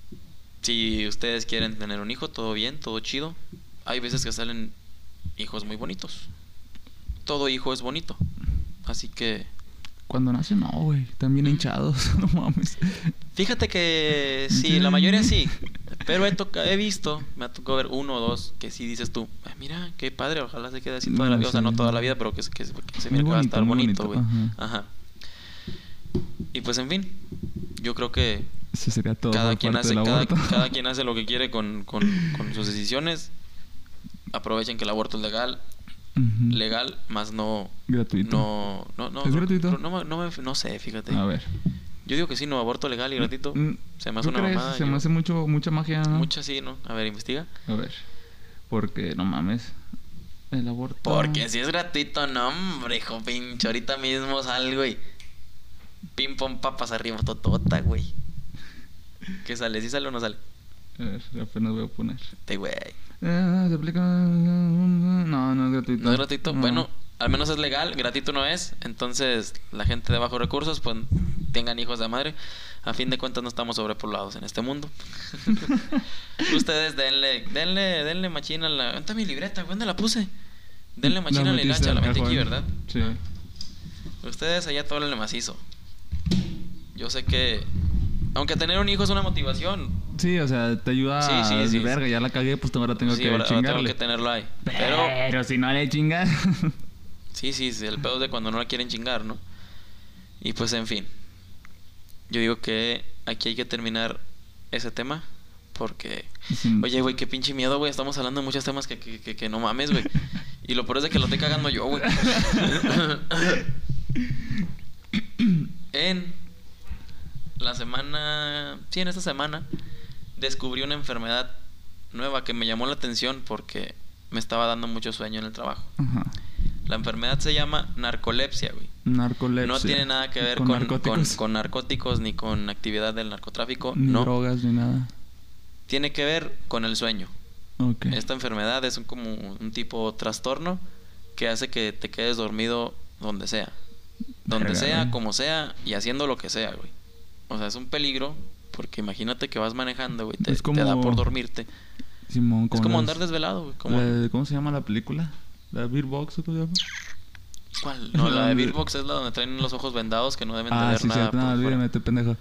si ustedes quieren tener un hijo, todo bien, todo chido. Hay veces que salen hijos muy bonitos. Todo hijo es bonito. Así que Cuando nacen, no, güey. Están bien Mm. hinchados. No mames. fíjate que sí, la mayoría sí. Pero he, toca- he visto, me ha tocado ver uno o dos que sí dices tú, "Ah, mira, qué padre, ojalá se quede así toda la No, vida". O sea, sí. no toda la vida, pero que, se- que, se- que se Muy mire que va a bonito, estar muy bonito, güey. bonito, Ajá. Y pues en fin, yo creo que Eso sería todo cada por quien parte hace del cada, aborto. cada quien hace lo que quiere con, con, con sus decisiones. Aprovechen que el aborto es legal, Ujú. legal, más no Gratuito. no no no ¿Es no, gratuito? No, me- no, me- no sé, fíjate. A ver. Yo digo que sí, no, aborto legal y gratuito. Mm, Se me hace ¿tú una crees? mamada. Se yo- me hace mucho, mucha magia, ¿no? Mucha sí, ¿no? A ver, investiga. A ver. Porque, no mames. El aborto. Porque si es gratuito, no, hombre, hijo pinche. Ahorita mismo salgo y pim pom papas arriba, totota, güey. ¿Qué sale? ¿Sí sale o no sale? A ver, apenas voy a poner. Te güey. Eh, se aplica. No, no es gratuito. ¿No es gratuito? No. Bueno, al menos es legal, gratuito no es. Entonces, la gente de bajos recursos, pues tengan hijos de madre. A fin de cuentas, no estamos sobrepoblados en este mundo. Ustedes denle, denle, denle machina a la. ¿Dónde está mi libreta? ¿Dónde la puse? Denle machina a la metiste hilacha, la al metí aquí, cajón. ¿verdad? Sí. Ah. Ustedes allá todo le macizo. Yo sé que. Aunque tener un hijo es una motivación. Sí, o sea, te ayuda Sí, sí, a sí, verga, ya la cagué, pues ahora tengo Sí, que ahora- ahora chingarle. tengo que tenerlo ahí. Pero. Pero si no le chingas. Sí, sí, sí, el pedo es de cuando no la quieren chingar, ¿no? Y pues en fin. Yo digo que aquí hay que terminar ese tema. Porque, Sí. oye, güey, qué pinche miedo, güey. Estamos hablando de muchos temas que, que, que, que no mames, güey. Y lo peor es de que lo estoy cagando yo, güey. En la semana, sí, en esta semana, descubrí una enfermedad nueva que me llamó la atención porque me estaba dando mucho sueño en el trabajo. Ajá. La enfermedad se llama narcolepsia, güey. Narcolepsia. No tiene nada que ver Con con, con, narcóticos. con narcóticos ni con actividad del narcotráfico. Ni No. drogas, ni nada. Tiene que ver con el sueño. Ok. Esta enfermedad es un, como un tipo trastorno que hace que te quedes dormido donde sea. Donde Verga, sea, güey. como sea, y haciendo lo que sea, güey. O sea, es un peligro, porque imagínate que vas manejando, güey, te, Es como- te da por dormirte. Simón, Es como las- andar desvelado, güey. Como... la de- ¿Cómo se llama la película? ¿La Beer Box o cómo se llama? ¿Cuál? No, la de Donde- Beatbox es la donde traen los ojos vendados que no deben Ah, tener sí, nada cierto. No, por fuera. olvídame, te pendejo.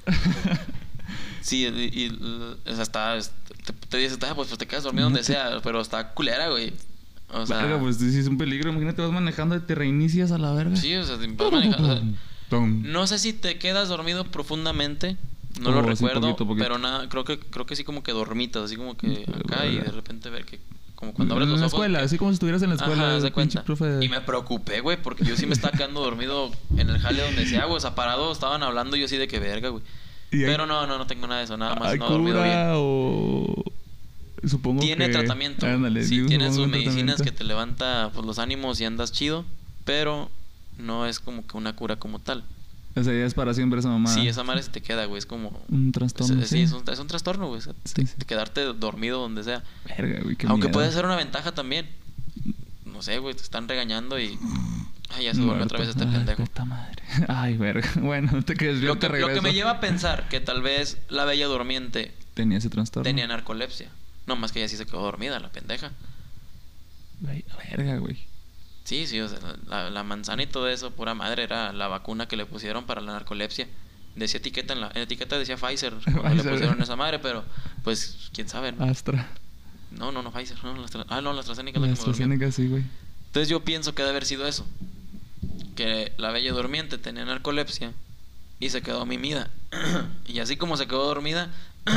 Sí, y, y, l- o sea, está, es- te, te dices, ah, pues, pues te quedas dormido donde sea, pero está culera, güey. O sea, Verga, pues sí es un peligro. Imagínate, vas manejando y te reinicias a la verga. sí, o sea, te vas manejando, o sea, Tum. no sé si te quedas dormido profundamente, no lo Oh, sí, recuerdo, poquito, poquito. pero nada, creo que creo que sí como que dormitas, así como que Pero, acá y verga. de repente ver que como cuando abres en los la ojos. escuela, que- así como si estuvieras en la escuela. Ajá, haz de pinche cuenta. profe. Y me preocupé, güey, porque yo sí me estaba quedando dormido en el jale donde sea, güey, o sea, parado, estaban hablando y yo así de que verga, güey. Y hay- Pero no, no, no tengo nada de eso, nada más ¿Hay no he dormido bien. cura o...? Supongo Tiene que... tratamiento. Ándale, Sí, digo, tiene sus supongo un medicinas que tratamiento. te levanta pues, los ánimos y andas chido, pero no es como que una cura como tal. O sea, ya es para siempre esa mamá. Sí, esa madre se te queda, güey, es como... Un trastorno, es- sí, sí. es un, es un trastorno, güey, o sea, Sí, te- sí. te quedarte dormido donde sea. Verga, güey, qué Aunque miedo. puede ser una ventaja también. No sé, güey, te están regañando y... Ay, ya se duerme Muerto. otra vez este Ay, pendejo. puta madre. Ay, verga. Bueno, no te quedes bien, Lo que, te lo que regreso. me lleva a pensar que tal vez la Bella Durmiente Tenía ese trastorno. tenía narcolepsia. No, más que ella sí se quedó dormida, la pendeja. Güey, verga, güey. Sí, sí, o sea, la, la manzana y todo eso, pura madre, era la vacuna que le pusieron para la narcolepsia. Decía etiqueta en la, en la etiqueta decía Pfizer cuando le Pfizer. pusieron esa madre, pero pues quién sabe, ¿no? Astra. No, no, no Pfizer, no, la Astra- ah, no, la AstraZeneca es la La que me durmió. AstraZeneca, sí, güey. Entonces yo pienso que debe haber sido eso. Que la Bella Durmiente tenía narcolepsia y se quedó mimida. Y así como se quedó dormida,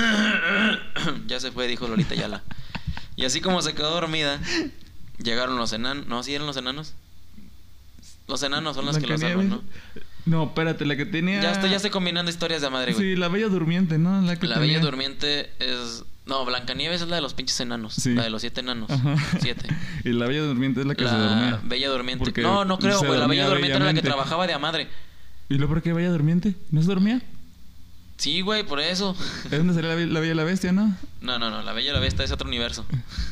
ya se fue, dijo Lolita Yala. Y así como se quedó dormida, llegaron los enanos. No, ¿sí eran los enanos? Los enanos son los que los salvan, ¿no? No, espérate, la que tenía... Ya estoy, ya estoy combinando historias de madre, güey. Sí, la Bella Durmiente, ¿no? La que La tenía... Bella Durmiente es... No, Blancanieves es la de los pinches enanos. Sí. La de los siete enanos. Ajá. Siete. Y la Bella Durmiente es la que se La dormía. Bella Durmiente. Porque No, no creo, se güey. La dormía Bella Durmiente era la que bellamente. trabajaba de a madre. ¿Y luego por qué Bella Durmiente? ¿No se dormía? Sí, güey, por eso. ¿Es donde salía la, Be- la Bella y la Bestia, no? No, no, no. La Bella y la Bestia es otro universo.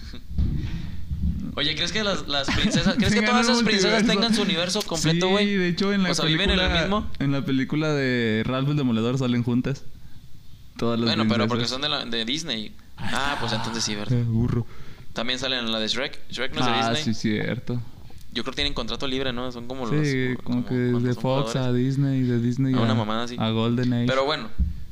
Oye, ¿crees que las, las princesas... ¿Crees que Tengan todas un esas princesas multiverso. tengan su universo completo, güey? Sí, de hecho en la O sea, película... ¿viven en el mismo? En la película de Ralph el Demoledor salen juntas. Todas las Bueno, pero porque princesas. son de, la, de Disney. Ahí Ah, está. pues entonces sí, ¿verdad? Eh, burro. También salen en la de Shrek. Shrek no es de Ah, Disney. sí, cierto. Yo creo que tienen contrato libre, ¿no? Son como los... Sí, como, que cuando de son Fox jugadores. a Disney, de Disney A a, una mamada así. a Golden Age. Pero bueno,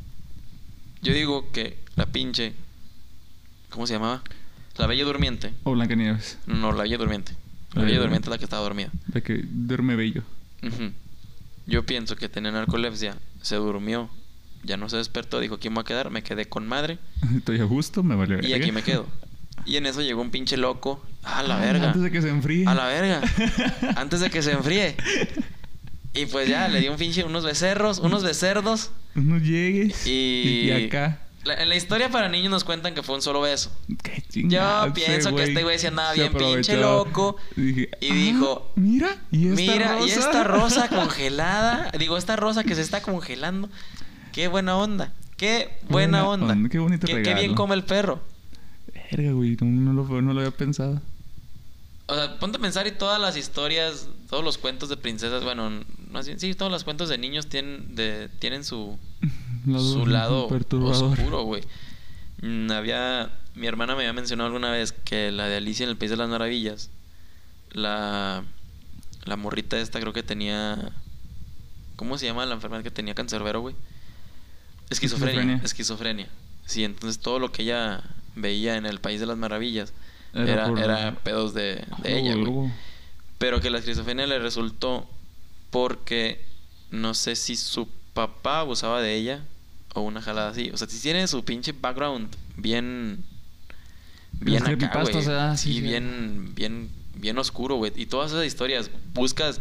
yo digo que la pinche... ¿Cómo se llamaba? La Bella Durmiente. O Blancanieves, No, no, la Bella Durmiente. La La Bella Bella Durmiente es la que estaba dormida. de que duerme bello. Ujú. Yo pienso que tenía narcolepsia, se durmió, ya no se despertó, dijo, ¿quién me va a quedar? Me quedé con madre Estoy a gusto, me vale y verga. aquí me quedo. Y en eso llegó un pinche loco. A la verga. Antes de que se enfríe. A la verga. Antes de que se enfríe. Y pues ya, le dio un pinche, unos becerros, unos becerdos. No llegues. Y... Y acá. La- en la historia para niños nos cuentan que fue un solo beso. Qué Yo chingada, pienso ese que este güey se andaba bien pinche aprovechó. loco. Dije, Y "Ah, dijo, mira, y esta Mira, rosa. y esta rosa congelada. Digo, esta rosa que se está congelando. Qué buena onda. Qué buena, Buena onda. onda, qué bonito qué, qué regalo. bien come el perro. Verga, güey, no, no lo, no lo había pensado. O sea, ponte a pensar y todas las historias, todos los cuentos de princesas, bueno, más bien, sí, todos los cuentos de niños tienen, de, tienen su, su lado perturbador. oscuro, güey. Mm, había, mi hermana me había mencionado alguna vez que la de Alicia en el País de las Maravillas, la, la morrita esta creo que tenía, ¿cómo se llama la enfermedad que tenía cancerbero, güey? Esquizofrenia, Esquizofrenia. esquizofrenia. Sí, entonces todo lo que ella veía en el País de las Maravillas Era era, por- era pedos de, de ella, güey. Oh, Pero que la esquizofrenia le resultó porque no sé si su papá abusaba de ella o una jalada así. O sea, si tiene su pinche background bien... Bien Los acá, creepypastas, güey. ¿verdad? Sí, Sí, sí. bien, bien, bien oscuro, güey. Y todas esas historias, buscas...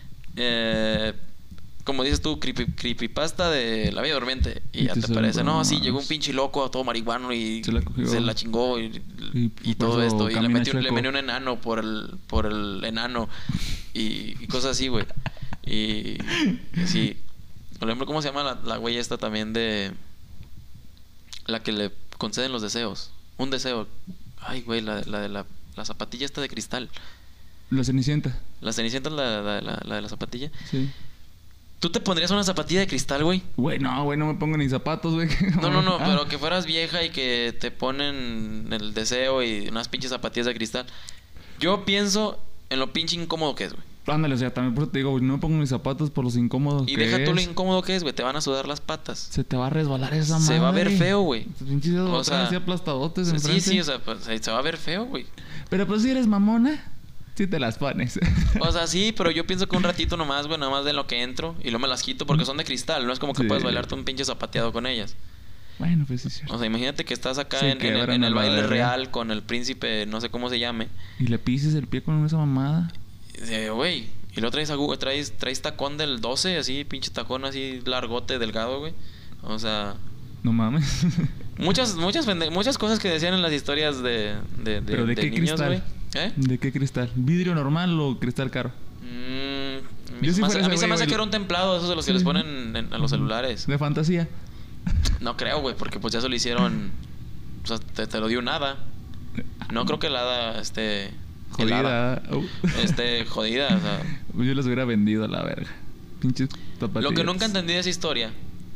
Eh, como dices tú, creepy, creepypasta de La Bella Durmiente. Y, Y ya te te salen parece, no, sí, bromas. llegó un pinche loco, todo marihuano y Se la cogió. se la chingó y, Y y por todo eso esto. Y le camina metió, le chueco. metió un enano por el, por el enano. Y, y cosas así, güey. Y, y sí. Por ejemplo, ¿cómo se llama la, la güey esta también de... La que le conceden los deseos? Un deseo. Ay, güey, la, la de la, la zapatilla esta de cristal. La Cenicienta. La Cenicienta es la, la, la, la de la zapatilla. Sí. ¿Tú te pondrías una zapatilla de cristal, güey? Güey, no, güey, no me pongo ni zapatos, güey. No, no, no, Ah. pero que fueras vieja y que te ponen el deseo y unas pinches zapatillas de cristal. Yo pienso en lo pinche incómodo que es, güey. Ándale, o sea, también por eso te digo, güey, no me pongo mis zapatos por los incómodos Y que deja tú lo es. incómodo que es, güey. Te van a sudar las patas. Se te va a resbalar esa madre. Se va a ver feo, güey. Tus pinches dedos O o sea, sea, así aplastadotes Sí, enfrente. sí, o sea, pues, se va a ver feo, güey. Pero pues si eres mamona, sí te las pones. O sea, sí, pero yo pienso que un ratito nomás, güey, nada más de lo que entro y luego me las quito porque son de cristal. No es como que Sí. puedes bailarte un pinche zapateado con ellas. Bueno, pues sí, es cierto. O sea, imagínate que estás acá Se en, en el, quebran en a el la baile verga. real con el príncipe, no sé cómo se llame. Y le pises el pie con esa mamada. Y dice, güey, y luego traes, agu- traes, traes tacón del doce, así, pinche tacón así largote, delgado, güey. O sea, No mames. muchas, muchas, pende- muchas cosas que decían en las historias de, de, de, ¿Pero de, qué niños, cristal? güey. ¿Eh? ¿De qué cristal? ¿Vidrio normal o cristal caro? Mm, Yo si se me hace- fuera a mí ese se me güey, hace güey, que era un templado, esos de los que Sí. les ponen en- a los celulares. De fantasía. No creo, güey, porque pues ya se lo hicieron. O sea, te, te lo dio un hada. No creo que la hada esté. helada, Jodida. Uh. esté jodida, o sea. Yo los hubiera vendido a la verga. Pinches zapatillas. Lo que nunca entendí de esa historia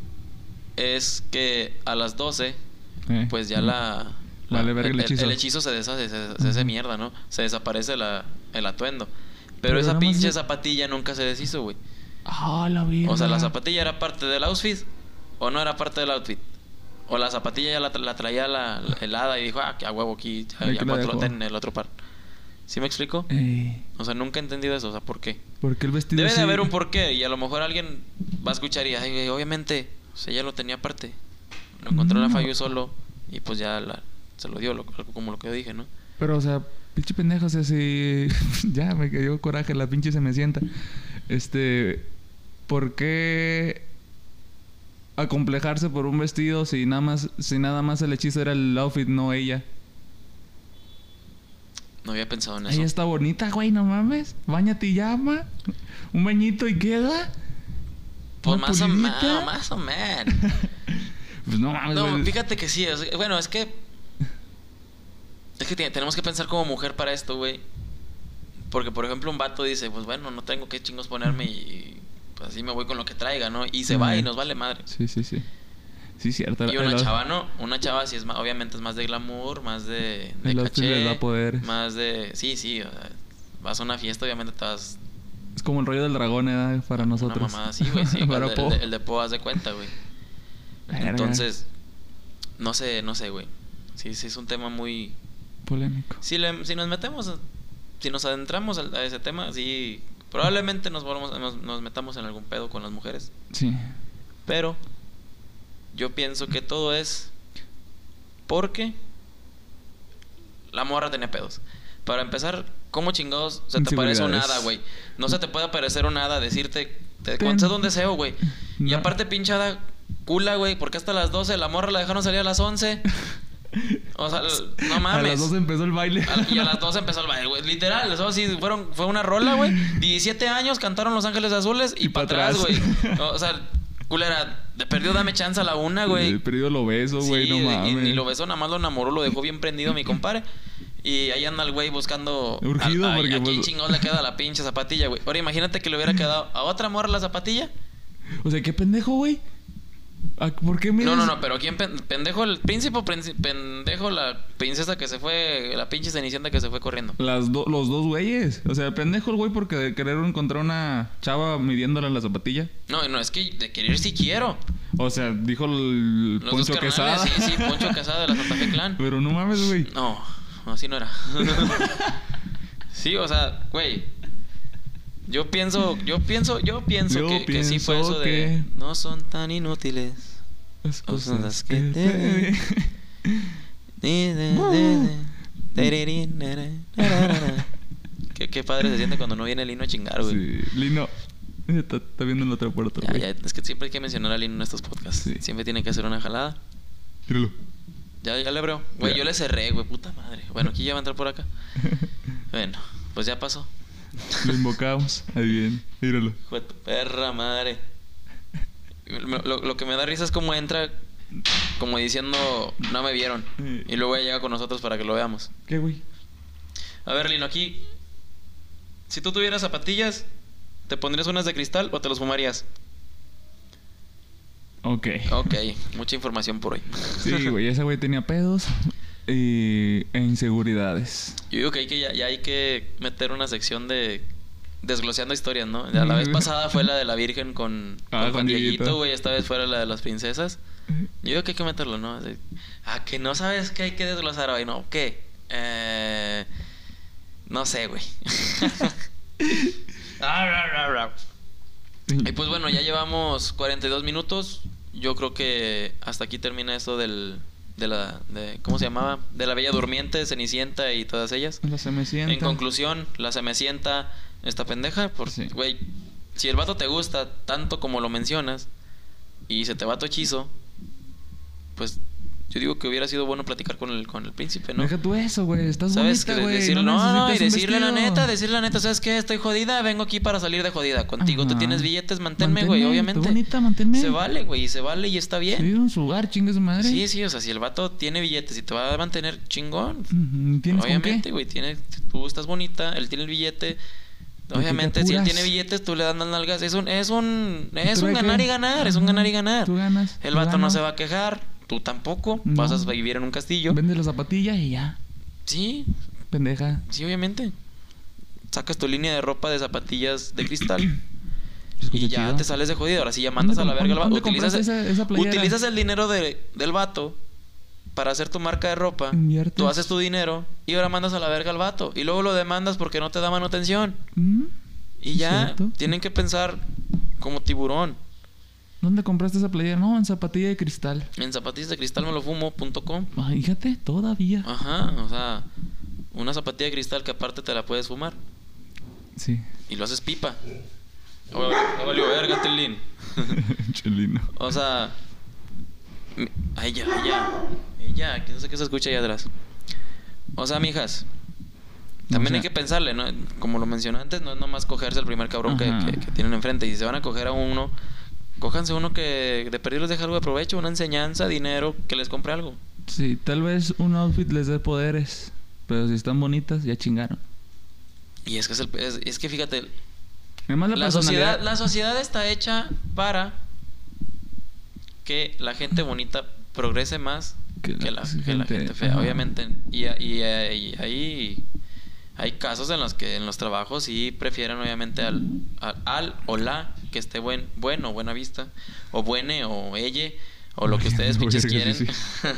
es que a las doce, Eh. pues ya la. la- Vale, verga el hechizo. el hechizo se deshace, se, se hace mierda, ¿no? Se desaparece la, el atuendo. Pero, Pero esa nada más pinche de- zapatilla nunca se deshizo, güey. Ah, la vida. O sea, la zapatilla era parte del outfit o no era parte del outfit. O la zapatilla ya la, tra- la traía la, la helada y dijo, ah, que a huevo aquí, ya, Ahí ya que la cuatro dejó. ten el otro par. ¿Sí me explico? Ey, O sea, nunca he entendido eso, o sea, ¿por qué? ¿por qué el vestido Debe de sí? haber un porqué y a lo mejor alguien va a escuchar y, ay, güey, obviamente, o sea, ella lo tenía aparte. Lo encontró en la No. fallo solo y pues ya la, se lo dio, lo- algo como lo que yo dije, ¿no? Pero, o sea, pinche pendejo, o sea, si... ya, me cayó coraje, la pinche se me sienta. Este... ¿Por qué acomplejarse por un vestido si nada más, si nada más el hechizo era el outfit, no ella? No había pensado en eso. Ella está bonita, güey, no mames. Báñate y llama. Un bañito y queda. Pues Una más o, ma- pulidita. más o menos. Pues no mames, No, güey. fíjate que sí. o sea, bueno, es que. Es que te- tenemos que pensar como mujer para esto, güey. Porque, por ejemplo, un vato dice: pues bueno, no tengo qué chingos ponerme y pues así me voy con lo que traiga, ¿no? Y se va Ajá. y nos vale madre. Sí, sí, sí. Sí, cierto. Y El una out- chava no. Una chava sí es más, obviamente es más de glamour, más de, de El outfit caché. les da poderes. Más de. Sí, sí. o sea, vas a una fiesta, obviamente te vas. Es como el rollo del dragón, ¿eh? Para nosotros. Una mamada así, güey. Sí, Para el, de- Po. el de- el de Po, haz de cuenta, güey. Verga. Entonces, no sé, no sé, güey. Sí, sí, es un tema muy. Polémico. Si, le- si nos metemos, si nos adentramos a, a ese tema, sí, probablemente nos, volvamos- nos, nos metamos en algún pedo con las mujeres. Sí. Pero yo pienso que todo es porque la morra tenía pedos. Para empezar, ¿cómo chingados se te aparece un Inseguridades. hada, güey? No se te puede aparecer un hada, decirte, te Ten. concedo un deseo, güey. Y No. aparte, pinche hada cula, güey, porque hasta las doce la morra la dejaron salir a las once. O sea, no mames. A las dos empezó el baile. A- Y a las dos empezó el baile, güey. Literal, eso sí, fueron, fue una rola, güey. diecisiete años cantaron Los Ángeles Azules y, Y para pa' atrás, güey. atrás. O sea, culera, de perdido dame chance a la una, güey. El periodo lo beso, güey, Sí, no y- mames. y ni lo besó, nada más lo enamoró, lo dejó bien prendido mi compadre. Y ahí anda el güey buscando. Urgido, a, a, porque, ¿a quién pues- chingados le queda la pinche zapatilla, güey? Ahora imagínate que le hubiera quedado a otra morra la zapatilla. O sea, qué pendejo, güey. ¿A- ¿Por qué miras? No, no, no, pero ¿quién pen- pendejo el príncipe o princ- pendejo la princesa que se fue, la pinche cenicienta que se fue corriendo? Las do- los dos güeyes. O sea, pendejo el güey porque de querer encontrar una chava midiéndole la zapatilla. No, no, es que de querer sí quiero. O sea, dijo el Los Poncho dos carnales, Quesada. sí, sí, Poncho Quesada de la Santa Fe Clan. Pero no mames, güey. No, así no era. Sí, o sea, güey. Yo pienso, yo pienso, yo pienso Yo que, que sí fue pienso eso de que- no son tan inútiles. Las cosas cosas que que te- te... Ni de- de- de- tererirín, nara, narara. Qué, qué padre se siente cuando no viene Lino a chingar, güey. Sí, Lino. Está, está viendo en la otra puerta, Ya, güey. ya, es que siempre hay que mencionar a Lino en estos podcasts. Sí. Siempre tiene que hacer una jalada. Míralo. Ya, ya le abrió. Güey, Ya. yo le cerré, güey, puta madre. Bueno, aquí ya va a entrar por acá. Bueno, pues ya pasó. Lo invocamos. Ahí bien. Míralo. Hijo de tu perra madre. Lo, lo- lo que me da risa es cómo entra como diciendo, no me vieron. Sí. Y luego ya llega con nosotros para que lo veamos. ¿Qué, güey? A ver, Lino, aquí Si tú tuvieras zapatillas, ¿te pondrías unas de cristal o te los fumarías? Ok. Ok, mucha información por hoy. Sí, güey, ese güey tenía pedos y... e inseguridades. Yo digo que, hay que ya, ya hay que meter una sección de desgloseando historias, ¿no? Ya la vez pasada fue la de la Virgen con, Ah, con Juan con Dieguito, Dieguito. güey. Esta vez fue la de las princesas. Yo digo que hay que meterlo, ¿no? Así, ah, que no sabes qué hay que desglosar hoy, ¿no? ¿Qué? Eh, no sé, güey. Y pues bueno, ya llevamos cuarenta y dos minutos. Yo creo que hasta aquí termina esto del... De la... De, ¿cómo se llamaba? De la Bella Durmiente, Cenicienta y todas ellas. La Cenicienta. En conclusión, la Cenicienta, esta pendeja, porque, Sí. güey, si el vato te gusta tanto como lo mencionas y se te va tu hechizo, pues yo digo que hubiera sido bueno platicar con el, con el príncipe, ¿no? Deja tú eso, güey. Estás ¿Sabes? bonita, Que güey. decirle, no, no, y necesitas un decirle la vestido. neta, decirle la neta, ¿sabes qué? Estoy jodida, vengo aquí para salir de jodida. Contigo tú Ajá. tienes billetes, manténme, güey, Manténme, obviamente. estoy bonita, manténme. Se vale, güey, y se vale y está bien. Sí, un su hogar, chingue su madre. Sí, sí, o sea, si el vato tiene billetes y te va a mantener chingón, Ujú, ¿Tienes obviamente, con qué? güey, tiene, tú estás bonita, él tiene el billete. qué Obviamente, te si él apuras? tiene billetes, tú le das las nalgas. Es un, es un, es ¿Tú un de ganar qué? y ganar, es un Ajá, ganar y ganar. Tú ganas. El yo vato gano. no se va a quejar, tú tampoco. No. Vas a vivir en un castillo. Vende las zapatillas y ya. Sí, Pendeja. sí, obviamente. Sacas tu línea de ropa de zapatillas de cristal. Escucha Y ya chido. te sales de jodido. Ahora sí ya mandas a la verga al vato. ¿Dónde Utilizas, compraste esa, esa playera? utilizas el dinero de, del vato para hacer tu marca de ropa. Inviertes. Tú haces tu dinero y ahora mandas a la verga al vato. Y luego lo demandas porque no te da manutención. ¿Mm? Y ya ¿Cierto? tienen que pensar como tiburón. ¿Dónde compraste esa playera? No, en zapatilla de cristal. En zapatillas de cristal me lo fumo punto com. Ay, fíjate, todavía. Ajá, o sea, una zapatilla de cristal que aparte te la puedes fumar. Sí. Y lo haces pipa. No no valió verga, Telín. Chelino. O sea, mi- ay ya, ay, ya. Ella, que no sé qué se escucha ahí atrás. O sea, mijas, también O sea- hay que pensarle, ¿no? Como lo mencioné antes, no es nomás cogerse al primer cabrón que, Ajá. que- que tienen enfrente. Y si se van a coger a uno, cójanse uno que de perdido les deje algo de provecho, una enseñanza, dinero, que les compre algo. Sí, tal vez un outfit les dé poderes. Pero si están bonitas, ya chingaron. Y es que es, el, es, es que fíjate, Además, la, la personalidad... sociedad, la sociedad está hecha para que la gente bonita progrese más Que que, la la, que la gente- gente fea, ajá. obviamente. Y, y, y ahí hay casos en los que en los trabajos sí prefieren obviamente al, al, al o la que esté buen, bueno o buena vista, o buene o ella, o lo que ustedes pinches Verga, quieren. sí,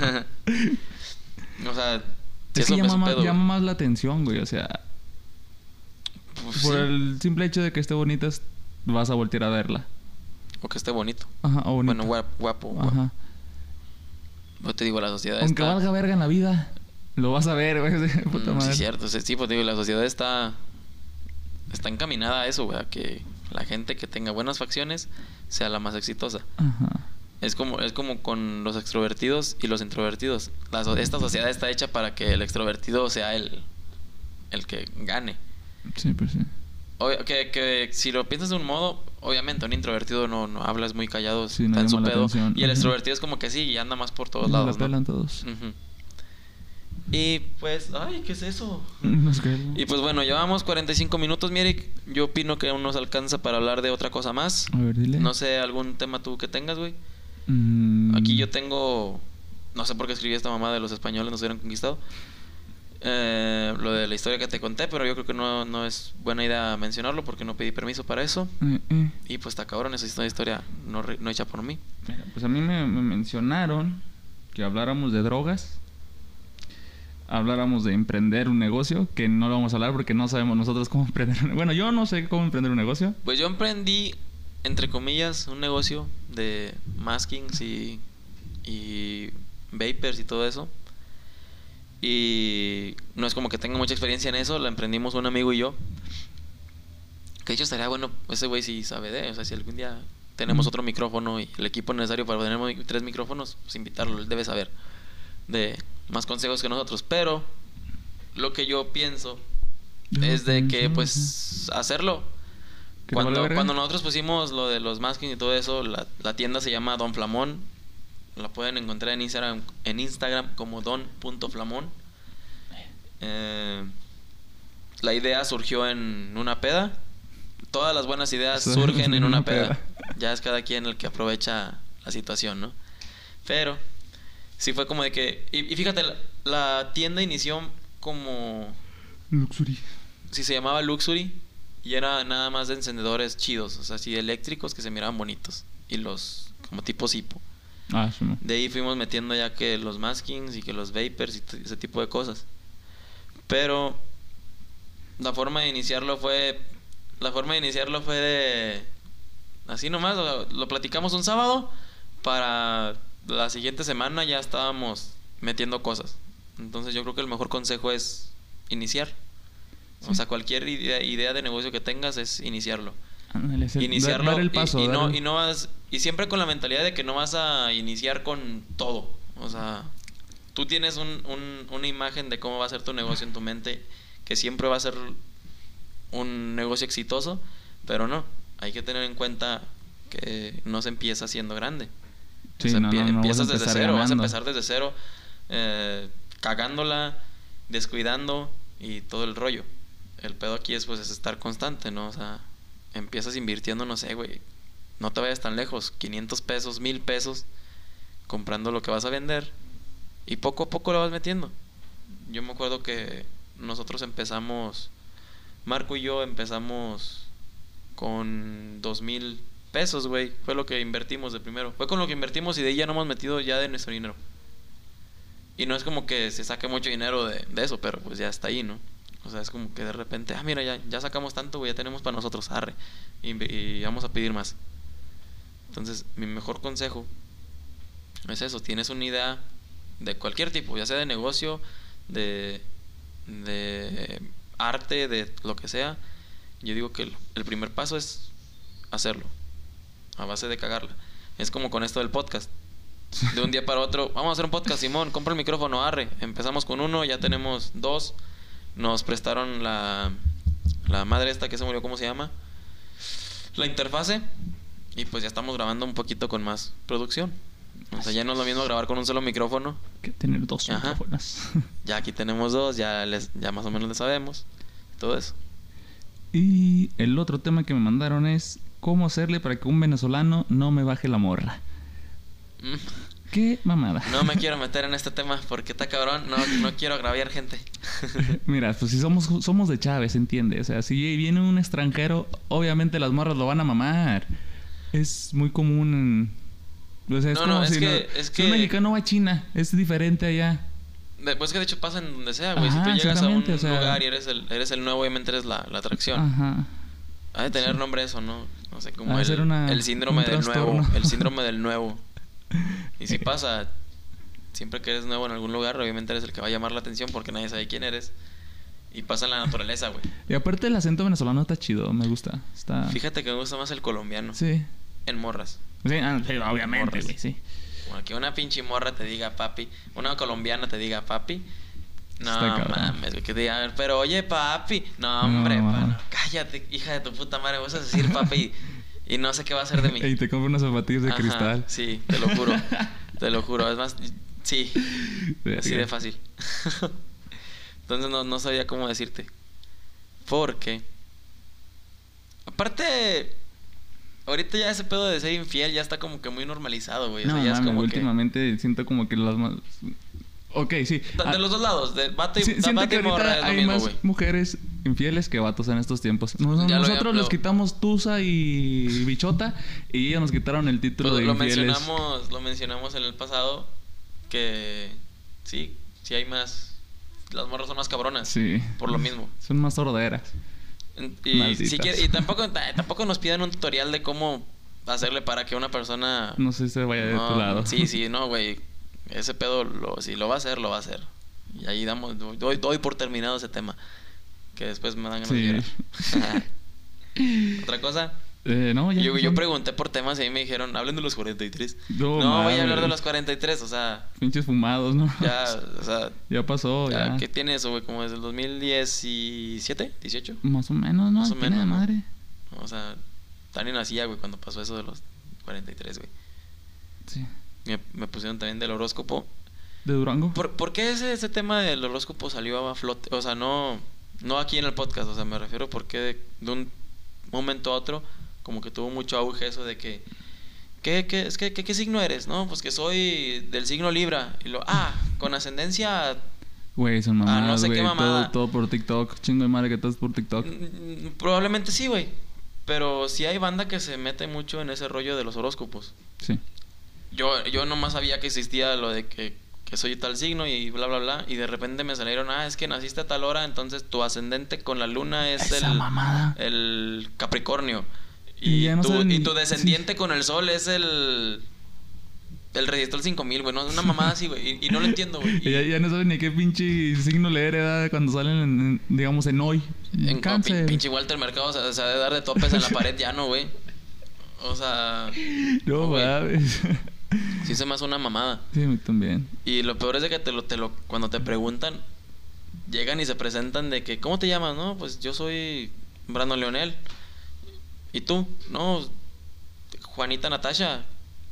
O sea, sí, Es que eso es llama, un más, pedo, güey. llama más la atención, güey. O sea, Pues por sí. el simple hecho de que esté bonita, es- vas a voltear a verla. O que esté bonito. Ajá, o bonita. Bueno, guapo, guapo. guapo. Ajá. Yo te digo, la sociedad Aunque está... valga verga en la vida, lo vas a ver, güey. Puta Mm, madre. sí, cierto. Sí, sí, pues digo, la sociedad está... Está encaminada a eso, güey. A que la gente que tenga buenas facciones sea la más exitosa. Ajá. Es como, es como con los extrovertidos y los introvertidos. La so- esta sociedad está hecha para que el extrovertido sea el, el que gane. Sí, pues sí. Obvio, que, que si lo piensas de un modo, obviamente un introvertido no, no habla, es muy callado, Sí, no está en su llama la pedo. atención. Y el Ujú. extrovertido es como que sí, y anda más por todos Se lados. la ¿no? pelan todos. Ujú. Y pues, ay, ¿qué es eso? No es que- Y pues bueno, llevamos cuarenta y cinco minutos, mi Eric. Yo opino que aún nos alcanza para hablar de otra cosa más. A ver, dile. No sé, algún tema tú que tengas, güey. Mm, Aquí yo tengo... No sé por qué escribí esta mamá de los españoles nos hubieran conquistado. Eh, lo de la historia que te conté, pero yo creo que no, no es buena idea mencionarlo porque no pedí permiso para eso. eh, eh. Y pues está cabrón, esa es una historia no, re- no hecha por mí. Mira, pues a mí me, me mencionaron que habláramos de drogas, habláramos de emprender un negocio, que no lo vamos a hablar porque no sabemos nosotros cómo emprender un... Bueno, yo no sé cómo emprender un negocio. Pues yo emprendí, entre comillas, un negocio de maskings y, y vapers y todo eso. Y no es como que tenga mucha experiencia en eso, la emprendimos un amigo y yo. Que de hecho estaría bueno, ese güey sí sabe de, o sea, si algún día tenemos Mm. otro micrófono y el equipo necesario para tener mi- tres micrófonos, pues invitarlo, él debe saber de más consejos que nosotros. Pero lo que yo pienso es de que pues hacerlo. ¿Que te Cuando, valga verga? cuando nosotros pusimos lo de los maskings y todo eso, la, la tienda se llama Don Flamón. La pueden encontrar en Instagram, en Instagram como don punto flamón. Eh, la idea surgió en una peda. Todas las buenas ideas Sí, surgen en una, una peda. peda. Ya es cada quien el que aprovecha la situación, ¿no? Pero sí fue como de que... Y, y fíjate, la, la tienda inició como... Luxury. Sí, se llamaba Luxury. Y era nada más de encendedores chidos. O sea, así eléctricos que se miraban bonitos. Y los... como tipo Zippo. Ah, sí, no. De ahí fuimos metiendo ya que los maskings y que los vapers y t- ese tipo de cosas. Pero la forma de iniciarlo fue... La forma de iniciarlo fue de... Así nomás, lo, lo platicamos un sábado. Para la siguiente semana ya estábamos metiendo cosas. Entonces yo creo que el mejor consejo es iniciar. Sí. O sea, cualquier idea, idea de negocio que tengas es iniciarlo. Ándale, hacer- Iniciarlo dar, dar el paso. y, y dar no el- y no vas y siempre con la mentalidad de que no vas a iniciar con todo. O sea, tú tienes un, un, una imagen de cómo va a ser tu negocio en tu mente, que siempre va a ser un negocio exitoso, pero no, hay que tener en cuenta que no se empieza siendo grande. Sí, O sea, no, empie- no, no vas a empiezas desde empezar cero, vas a ganando. empezar desde cero, eh, cagándola, descuidando y todo el rollo. El pedo aquí es pues es estar constante, ¿no? O sea, empiezas invirtiendo, no sé, güey, no te vayas tan lejos, quinientos pesos, mil pesos, comprando lo que vas a vender y poco a poco lo vas metiendo. Yo me acuerdo que nosotros empezamos, Marco y yo empezamos con dos mil pesos, güey. Fue lo que invertimos de primero. Fue con lo que invertimos y de ahí ya no hemos metido ya de nuestro dinero. Y no es como que se saque mucho dinero de, de eso, pero pues ya está ahí, ¿no? O sea, es como que de repente, ah, mira, ya, ya sacamos tanto, güey, ya tenemos para nosotros, arre. Y, y vamos a pedir más. Entonces, mi mejor consejo es eso. Tienes una idea de cualquier tipo, ya sea de negocio, de, de arte, de lo que sea. Yo digo que el, el primer paso es hacerlo, a base de cagarla. Es como con esto del podcast. De un día para otro, vamos a hacer un podcast, Simón, compra el micrófono, arre. Empezamos con uno, ya tenemos dos. Nos prestaron la, la madre esta que se murió, ¿cómo se llama? La interfase. Y pues ya estamos grabando un poquito con más producción. O sea, ya no es lo mismo grabar con un solo micrófono. Que tener dos Ajá. micrófonos. Ya aquí tenemos dos, ya les, ya más o menos le sabemos. Todo eso. Y el otro tema que me mandaron es cómo hacerle para que un venezolano no me baje la morra. Mm. Qué mamada. No me quiero meter en este tema porque está cabrón. No, no quiero agraviar gente. Mira, pues si somos somos de Chávez, ¿entiende? O sea, si viene un extranjero, obviamente las morras lo van a mamar. Es muy común. en- O sea, es No, como no, es si, que- no- es si que- un mexicano va a China, es diferente allá. De- Pues que de hecho pasa en donde sea, güey. Si Ajá, tú llegas a un exactamente, o sea- lugar y eres el, eres el nuevo, obviamente eres la, la atracción. Ajá. Ha de tener Sí. nombre eso, ¿no? No sé, como Ha de el, ser una- el síndrome un del nuevo. trastorno. El síndrome del nuevo. Y si Eh. pasa, siempre que eres nuevo en algún lugar, obviamente eres el que va a llamar la atención porque nadie sabe quién eres. Y pasa en la naturaleza, güey. Y aparte el acento venezolano está chido, me gusta. Está... Fíjate que me gusta más el colombiano. Sí. En morras. Sí, ah, sí, obviamente, Morras. güey, sí. Como que una pinche morra te diga papi, una colombiana te diga papi. No Está cabrón. mames, güey, que te diga, pero oye papi. No, hombre, No, pa, mames. no. Cállate, hija de tu puta madre, vas a decir papi y, y no sé qué va a hacer de mí. Y te compro unas zapatillas de Ajá, cristal. Sí, te lo juro. Te lo juro, es más, sí, así de Verga. fácil. Entonces no, no sabía cómo decirte. Porque aparte ahorita ya ese pedo de ser infiel ya está como que muy normalizado, güey. O No, sea, ya es mames, como que últimamente siento como que las más... Ok, sí. de Ah, los dos lados, de vato y, sí, de siento vato que y morra ahorita es lo hay mismo, más güey. mujeres infieles que vatos en estos tiempos. Nos- Ya lo nosotros había- les lo- quitamos Tusa y Bichota y ellos nos quitaron el título Lo, de lo infieles. mencionamos, lo mencionamos en el pasado que sí, sí hay más, las morras son más cabronas. Sí. Por lo mismo. Son más sorderas. Y, Malditas. si quiere- y tampoco ta- tampoco nos piden un tutorial de cómo hacerle para que una persona No sé si se vaya de No, tu lado. Sí, sí, no, güey. Ese pedo, lo, si lo va a hacer, lo va a hacer. Y ahí damos, doy, doy por terminado ese tema. Que después me dan ganas Sí. de llorar. Otra cosa. Eh, no, ya. Yo, yo son pregunté por temas y ahí me dijeron, hablen de los cuarenta y tres. No, No, voy a hablar de mames. los cuarenta y tres, o sea, Pinches fumados, ¿no? ya, o sea, Ya pasó, ya, ya. ¿qué tiene eso, güey? Como desde el dos mil diecisiete, dieciocho. Más o menos, ¿no? Más o Tiene menos, de ¿no? madre. O sea, Tani nacía, güey, cuando pasó eso de los cuarenta y tres, güey. Sí. Me, me pusieron también del horóscopo. ¿De Durango? ¿Por, por qué ese, ese tema del horóscopo salió a flote? O sea, no... No aquí en el podcast, o sea, me refiero porque de, de un momento a otro, como que tuvo mucho auge eso de que, ¿qué, qué, es que, ¿qué, qué signo eres? No, pues que soy del signo Libra. Y lo, ah, con ascendencia. Güey, son Ah, no mamadas, sé güey. qué mamada. Todo, todo por TikTok. Chingo de madre que todo es por TikTok. Mm, Probablemente sí, güey. Pero sí hay banda que se mete mucho en ese rollo de los horóscopos. Sí. Yo, yo nomás sabía que existía lo de que, que soy tal signo y bla, bla, bla. Y de repente me salieron, ah, es que naciste a tal hora, entonces tu ascendente con la luna es Esa el, mamada. el Capricornio. Y Y, ya no tu, saben y ni- tu descendiente sí. con el sol es el... El registro del cinco mil, güey. ¿No? Una mamada así, güey. Y, y no lo entiendo, güey. Y ya, ya no saben ni qué pinche signo leer, ¿verdad? Cuando salen, en, en, digamos, en hoy. En Cáncer. pin- pinche Walter Mercado se, se ha de dar de topes en la pared ya, ¿no, güey? O sea... No, no, güey. mames. Sí se me hace una mamada. Sí, a mí también. Y lo peor es de que te lo, te lo, cuando te preguntan, llegan y se presentan de que, ¿cómo te llamas? No, pues yo soy Brandon Leonel. ¿Y tú? No, Juanita Natasha.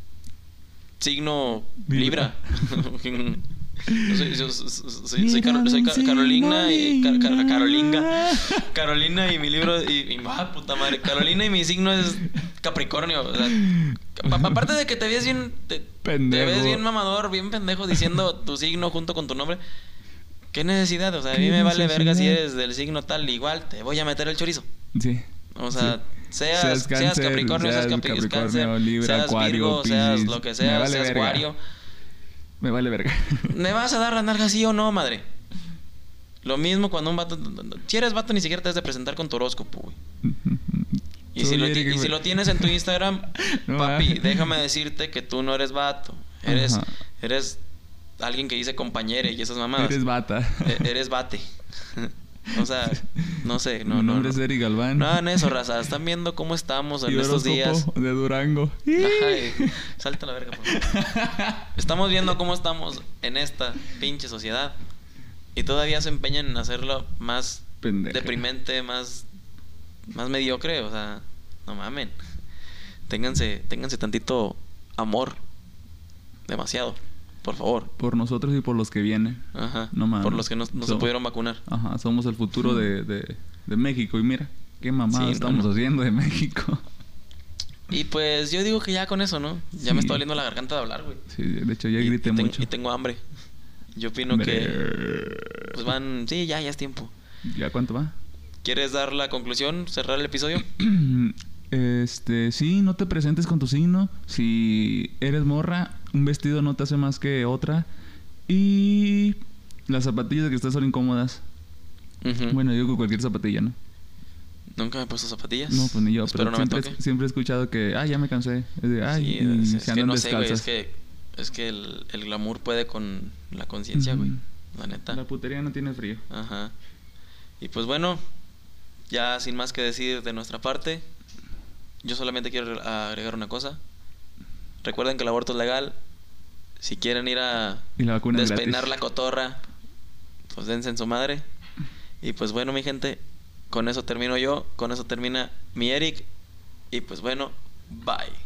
Signo Libra. Libra. Yo soy, yo soy, soy, soy Caro- soy Ca- Carolina y Car- Car- Carolinga. Carolina y mi libro y, y ah, puta madre, Carolina y mi signo es Capricornio. O sea, pa- aparte de que te ves bien te, te Pendejo. ves bien mamador, bien pendejo diciendo tu signo junto con tu nombre. ¿Qué necesidad? O sea, a mí ¿Qué me vale verga si necesidad? eres del signo tal, igual te voy a meter el chorizo. Sí. O sea, Sí. seas, Seas seas cáncer, Capricornio, seas, seas Capri- Capricornio, cáncer, Libra, seas Acuario, Virgo, seas Piscis, lo que me seas, vale seas verga. Acuario. Me vale verga. ¿Me vas a dar la narga sí o no, madre? Lo mismo cuando un vato... Si eres vato, ni siquiera te has de presentar con tu horóscopo, güey. Y, si Soy lo, ti- Eric, y si güey. lo tienes en tu Instagram, No, papi, ah. déjame decirte que tú no eres vato. Eres, Ajá. eres alguien que dice compañere y esas mamadas. Eres bata. E- eres bate. O sea, no sé, no, Mi no. nombre no. es Eric Galván. No hagan eso, raza. Están viendo cómo estamos en Y estos días. horóscopo de Durango. Ajá, y- salta la verga, por favor. Estamos viendo cómo estamos en esta pinche sociedad. Y todavía se empeñan en hacerlo más Pendeja. deprimente, más, más mediocre. O sea, no mamen. Ténganse, ténganse tantito amor. Demasiado. Por favor. Por nosotros y por los que vienen. Ajá. No mames. Por los que no, no se So- pudieron vacunar. Ajá, somos el futuro de, de, de México. Y mira, qué mamada Sí, no, estamos no. haciendo de México. Y pues yo digo que ya con eso, ¿no? Ya Sí. me está doliendo la garganta de hablar, güey. Sí, de hecho ya Y- grité y, ten- mucho. y tengo hambre. Yo opino que Hombre. pues van, sí, ya, ya es tiempo. ¿Ya cuánto va? ¿Quieres dar la conclusión, cerrar el episodio? Este, sí, no te presentes con tu signo. Si eres morra, un vestido no te hace más que otra. Y las zapatillas que estás son incómodas. Ujú. Bueno, digo que cualquier zapatilla, ¿no? Nunca me he puesto zapatillas. No, pues ni yo, Espero pero no me siempre, toque. siempre he escuchado que, ah, ya me cansé. Es de, ay, Sí, y es, se es que andan no sé, güey. descalzas. Es que, es que el, el glamour puede con la conciencia, güey. Ujú. La neta. La putería no tiene frío. Ajá. Y pues bueno, ya sin más que decir de nuestra parte, yo solamente quiero agregar una cosa. Recuerden que el aborto es legal. Si quieren ir a Y la vacuna es despeinar gratis. la cotorra, pues dense en su madre. Y pues bueno, mi gente, con eso termino yo, con eso termina mi Eric. Y pues bueno, bye.